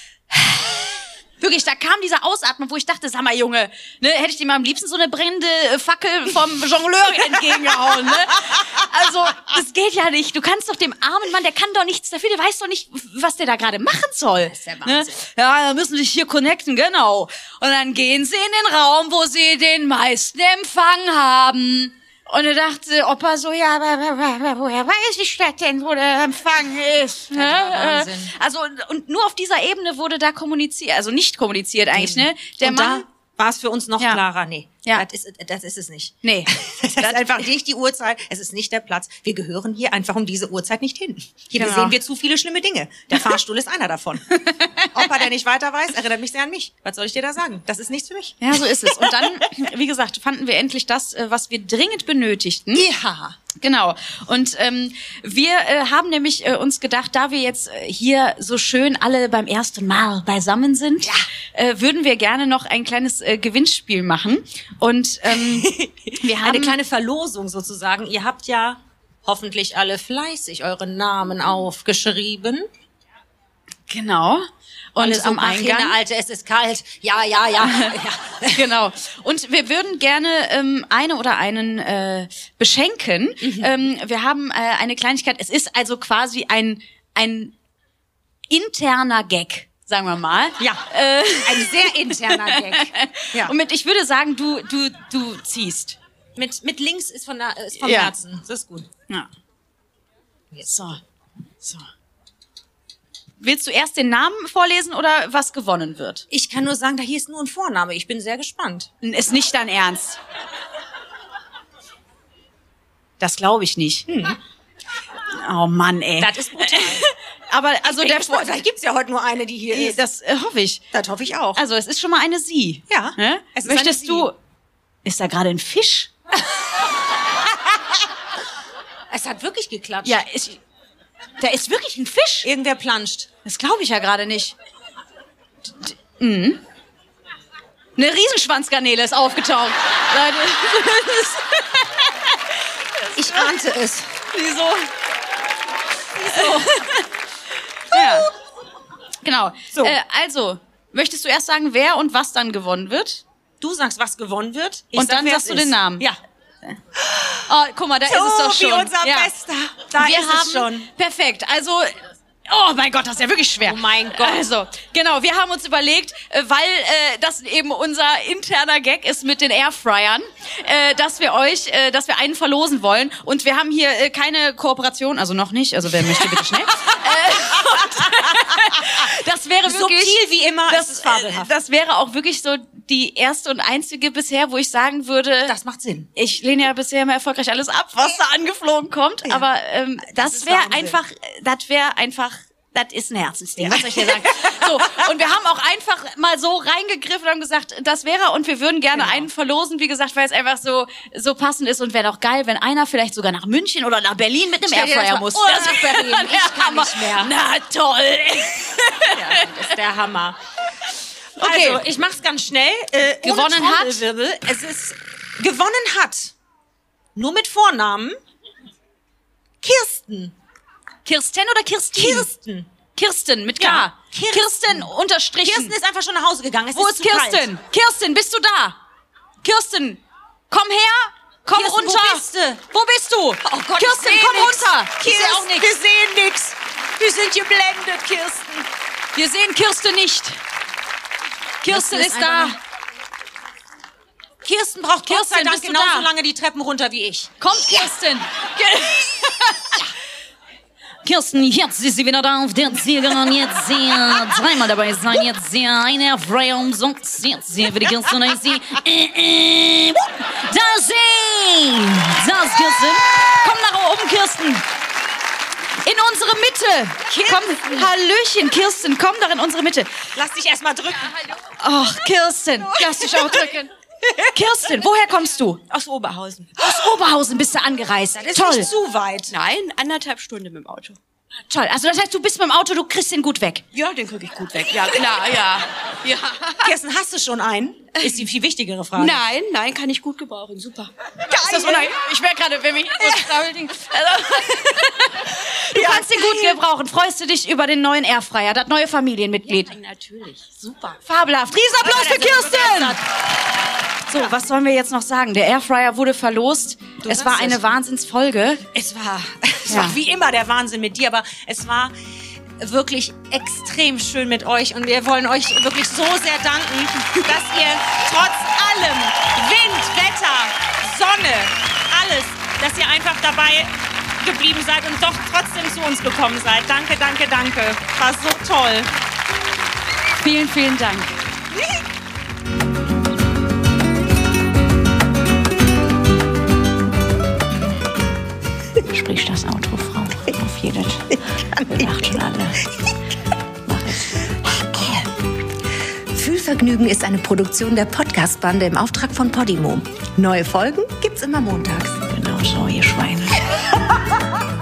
wirklich, da kam dieser Ausatmen, wo ich dachte, sag mal, Junge, ne, hätte ich dir mal am liebsten so eine brennende äh, Fackel vom Jongleur entgegengehauen, ne? Also, das geht ja nicht. Du kannst doch dem armen Mann, der kann doch nichts dafür, der weiß doch nicht, was der da gerade machen soll. Das ist der ne? Wahnsinn. Ja, da müssen sich hier connecten, genau. Und dann gehen sie in den Raum, wo sie den meisten Empfang haben. Und er dachte Opa so, ja, aber, aber, aber woher weiß ich das denn, wo der Empfang ist? Ne? war Äh, Wahnsinn. Also, und- und nur auf dieser Ebene wurde da kommuniziert, also nicht kommuniziert eigentlich, ne? Der und Mann, da war es für uns noch Ja. klarer. Nee, Ja. das, ist, das ist es nicht. nee. Das ist einfach nicht die Uhrzeit, es ist nicht der Platz. Wir gehören hier einfach um diese Uhrzeit nicht hin. Hier Genau. sehen wir zu viele schlimme Dinge. Der Fahrstuhl ist einer davon. Opa, der nicht weiter weiß, erinnert mich sehr an mich. Was soll ich dir da sagen? Das ist nichts für mich. Ja, so ist es. Und dann, wie gesagt, fanden wir endlich das, äh, was wir dringend benötigten. Ja. Genau. Und ähm, wir äh, haben nämlich äh, uns gedacht, da wir jetzt äh, hier so schön alle beim ersten Mal beisammen sind, Ja. äh, würden wir gerne noch ein kleines äh, Gewinnspiel machen. Und ähm, wir haben Eine kleine Verlosung sozusagen. Ihr habt ja hoffentlich alle fleißig eure Namen aufgeschrieben. genau. Und Alle so, am ach, Eingang. Hine, Alte, es ist kalt. Ja, ja, ja. ja. Genau. Und wir würden gerne ähm, eine oder einen äh, beschenken. Ähm, wir haben äh, eine Kleinigkeit. Es ist also quasi ein ein interner Gag, sagen wir mal. Ja. Äh, Ein sehr interner Gag. Ja. Und mit, ich würde sagen, du du du ziehst. Mit, mit links ist, von der, ist vom Ja. Herzen. Das ist gut. Ja. So. So. Willst du erst den Namen vorlesen oder was gewonnen wird? Ich kann nur sagen, da hier ist nur ein Vorname. Ich bin sehr gespannt. Ist nicht dein Ernst. Das glaube ich nicht. Oh Mann, ey. Das ist brutal. Aber also Bin der gespannt. Vor Vielleicht gibt's ja heute nur eine, die hier ist. das äh, hoffe ich. Das hoffe ich auch. Also es ist schon mal eine Sie. Ja, Ne? es ist Möchtest eine du? Ist da gerade ein Fisch? Es hat wirklich geklatscht. Ja, ich, da ist wirklich ein Fisch. Irgendwer planscht. Das glaube ich ja gerade nicht. D- d- mhm. Eine Riesenschwanzgarnele ist aufgetaucht. Leute. Ich ahnte es. Wieso? Wieso? Ja. Genau. So. Äh, also, möchtest du erst sagen, wer und was dann gewonnen wird? Du sagst, was gewonnen wird. Ich Und sag, dann wer sagst es du den ist. Namen. Ja. Oh, guck mal, da ist es doch schon. Tobi, unser ja. Bester. Da Wir ist haben, es schon. Perfekt. Also, oh mein Gott, das ist ja wirklich schwer. Oh mein Gott. Also, genau, wir haben uns überlegt, äh, weil äh, das eben unser interner Gag ist mit den Airfryern, äh, dass wir euch, äh, dass wir einen verlosen wollen. Und wir haben hier äh, keine Kooperation, also noch nicht, also wer möchte, bitte schnell. äh, das wäre wirklich... Subtil wie immer, das, es ist fabelhaft. Das wäre auch wirklich so die erste und einzige bisher, wo ich sagen würde... Das macht Sinn. Ich lehne ja bisher immer erfolgreich alles ab, was da angeflogen kommt. Ja. Aber ähm, Das das, ist wäre Wahnsinn. einfach, das wäre einfach, das ist ein Herzensding. Was soll ich dir sagen? So, und wir haben auch einfach mal so reingegriffen und haben gesagt, das wäre, und wir würden gerne Genau. einen verlosen, wie gesagt, weil es einfach so so passend ist. Und wäre doch geil, wenn einer vielleicht sogar nach München oder nach Berlin mit einem Stell dir das Airfryer mal- muss. Oder Das nach wäre Berlin. der Ich kann Hammer. nicht mehr. Na toll. Ja, das ist der Hammer. Okay. Also, ich mach's ganz schnell. Äh, ohne Gewonnen hat? Trommelwirbel. Es ist gewonnen hat. Nur mit Vornamen. Kirsten. Kirsten oder Kirstin? Kirsten. Kirsten mit K. Ja, Kirsten, Kirsten. unterstrichen. Kirsten ist einfach schon nach Hause gegangen. Es Wo ist ist zu kalt. Kirsten? Kirsten, bist du da? Kirsten, komm her. Komm Kirsten, wo runter. bist du? Wo bist du? Oh Gott, Kirsten, ich seh komm nix. runter. Ich Kirsten, seh auch nichts. wir sehen nix. Wir sind geblendet, Kirsten. Wir sehen Kirsten nicht. Kirsten Das ist, ist da. einfach- Kirsten braucht Gott sei Kirsten, Dank bist du genauso da? lange die Treppen runter wie ich. Kommt Kirsten. Kirsten, jetzt ist sie wieder da auf der Zielgeraden. Jetzt sehr dreimal dabei sein. Jetzt sehr ein Airfryer umsonst. Jetzt sehr für die Kirsten. Da ist sie. Äh, äh, da ist sie. Da ist Kirsten. Komm nach oben, Kirsten. In unsere Mitte. Komm, Hallöchen, Kirsten. Komm doch in unsere Mitte. Lass dich erst mal drücken. Ach, Kirsten. Lass dich auch drücken. Kirsten, woher kommst du? Aus Oberhausen. Aus Oberhausen bist du angereist. Das ist Toll. nicht zu weit. Nein, anderthalb Stunden mit dem Auto. Toll. Also das heißt, du bist mit dem Auto, du kriegst ihn gut weg. Ja, den kriege ich gut weg. Ja, klar, ja. ja. Kirsten, hast du schon einen? Ist die viel wichtigere Frage. Nein, nein, kann ich gut gebrauchen. Super. Ist das unheimlich? Ich merke gerade, wenn mich so Straubelding. Also, du Ja, kannst ihn gut gebrauchen. Freust du dich über den neuen Airfryer, das neue Familienmitglied? Ja, natürlich. Super. Fabelhaft. Riesenapplaus für Ja, das ist Kirsten! So, was sollen wir jetzt noch sagen? Der Airfryer wurde verlost. es sagst war es. eine Wahnsinnsfolge. Es war, es Ja. war wie immer der Wahnsinn mit dir, aber es war wirklich extrem schön mit euch und wir wollen euch wirklich so sehr danken, dass ihr trotz allem, Wind, Wetter, Sonne, alles, dass ihr einfach dabei geblieben seid und doch trotzdem zu uns gekommen seid. Danke, danke, danke. War so toll. Vielen, vielen Dank. Sprich das Outro, Frau. Auf jeden. Wir lachen schon alle. Mach es. Fühlvergnügen ist eine Produktion der Podcast-Bande im Auftrag von Podimo. Neue Folgen gibt's immer montags. Genau so, ihr Schweine.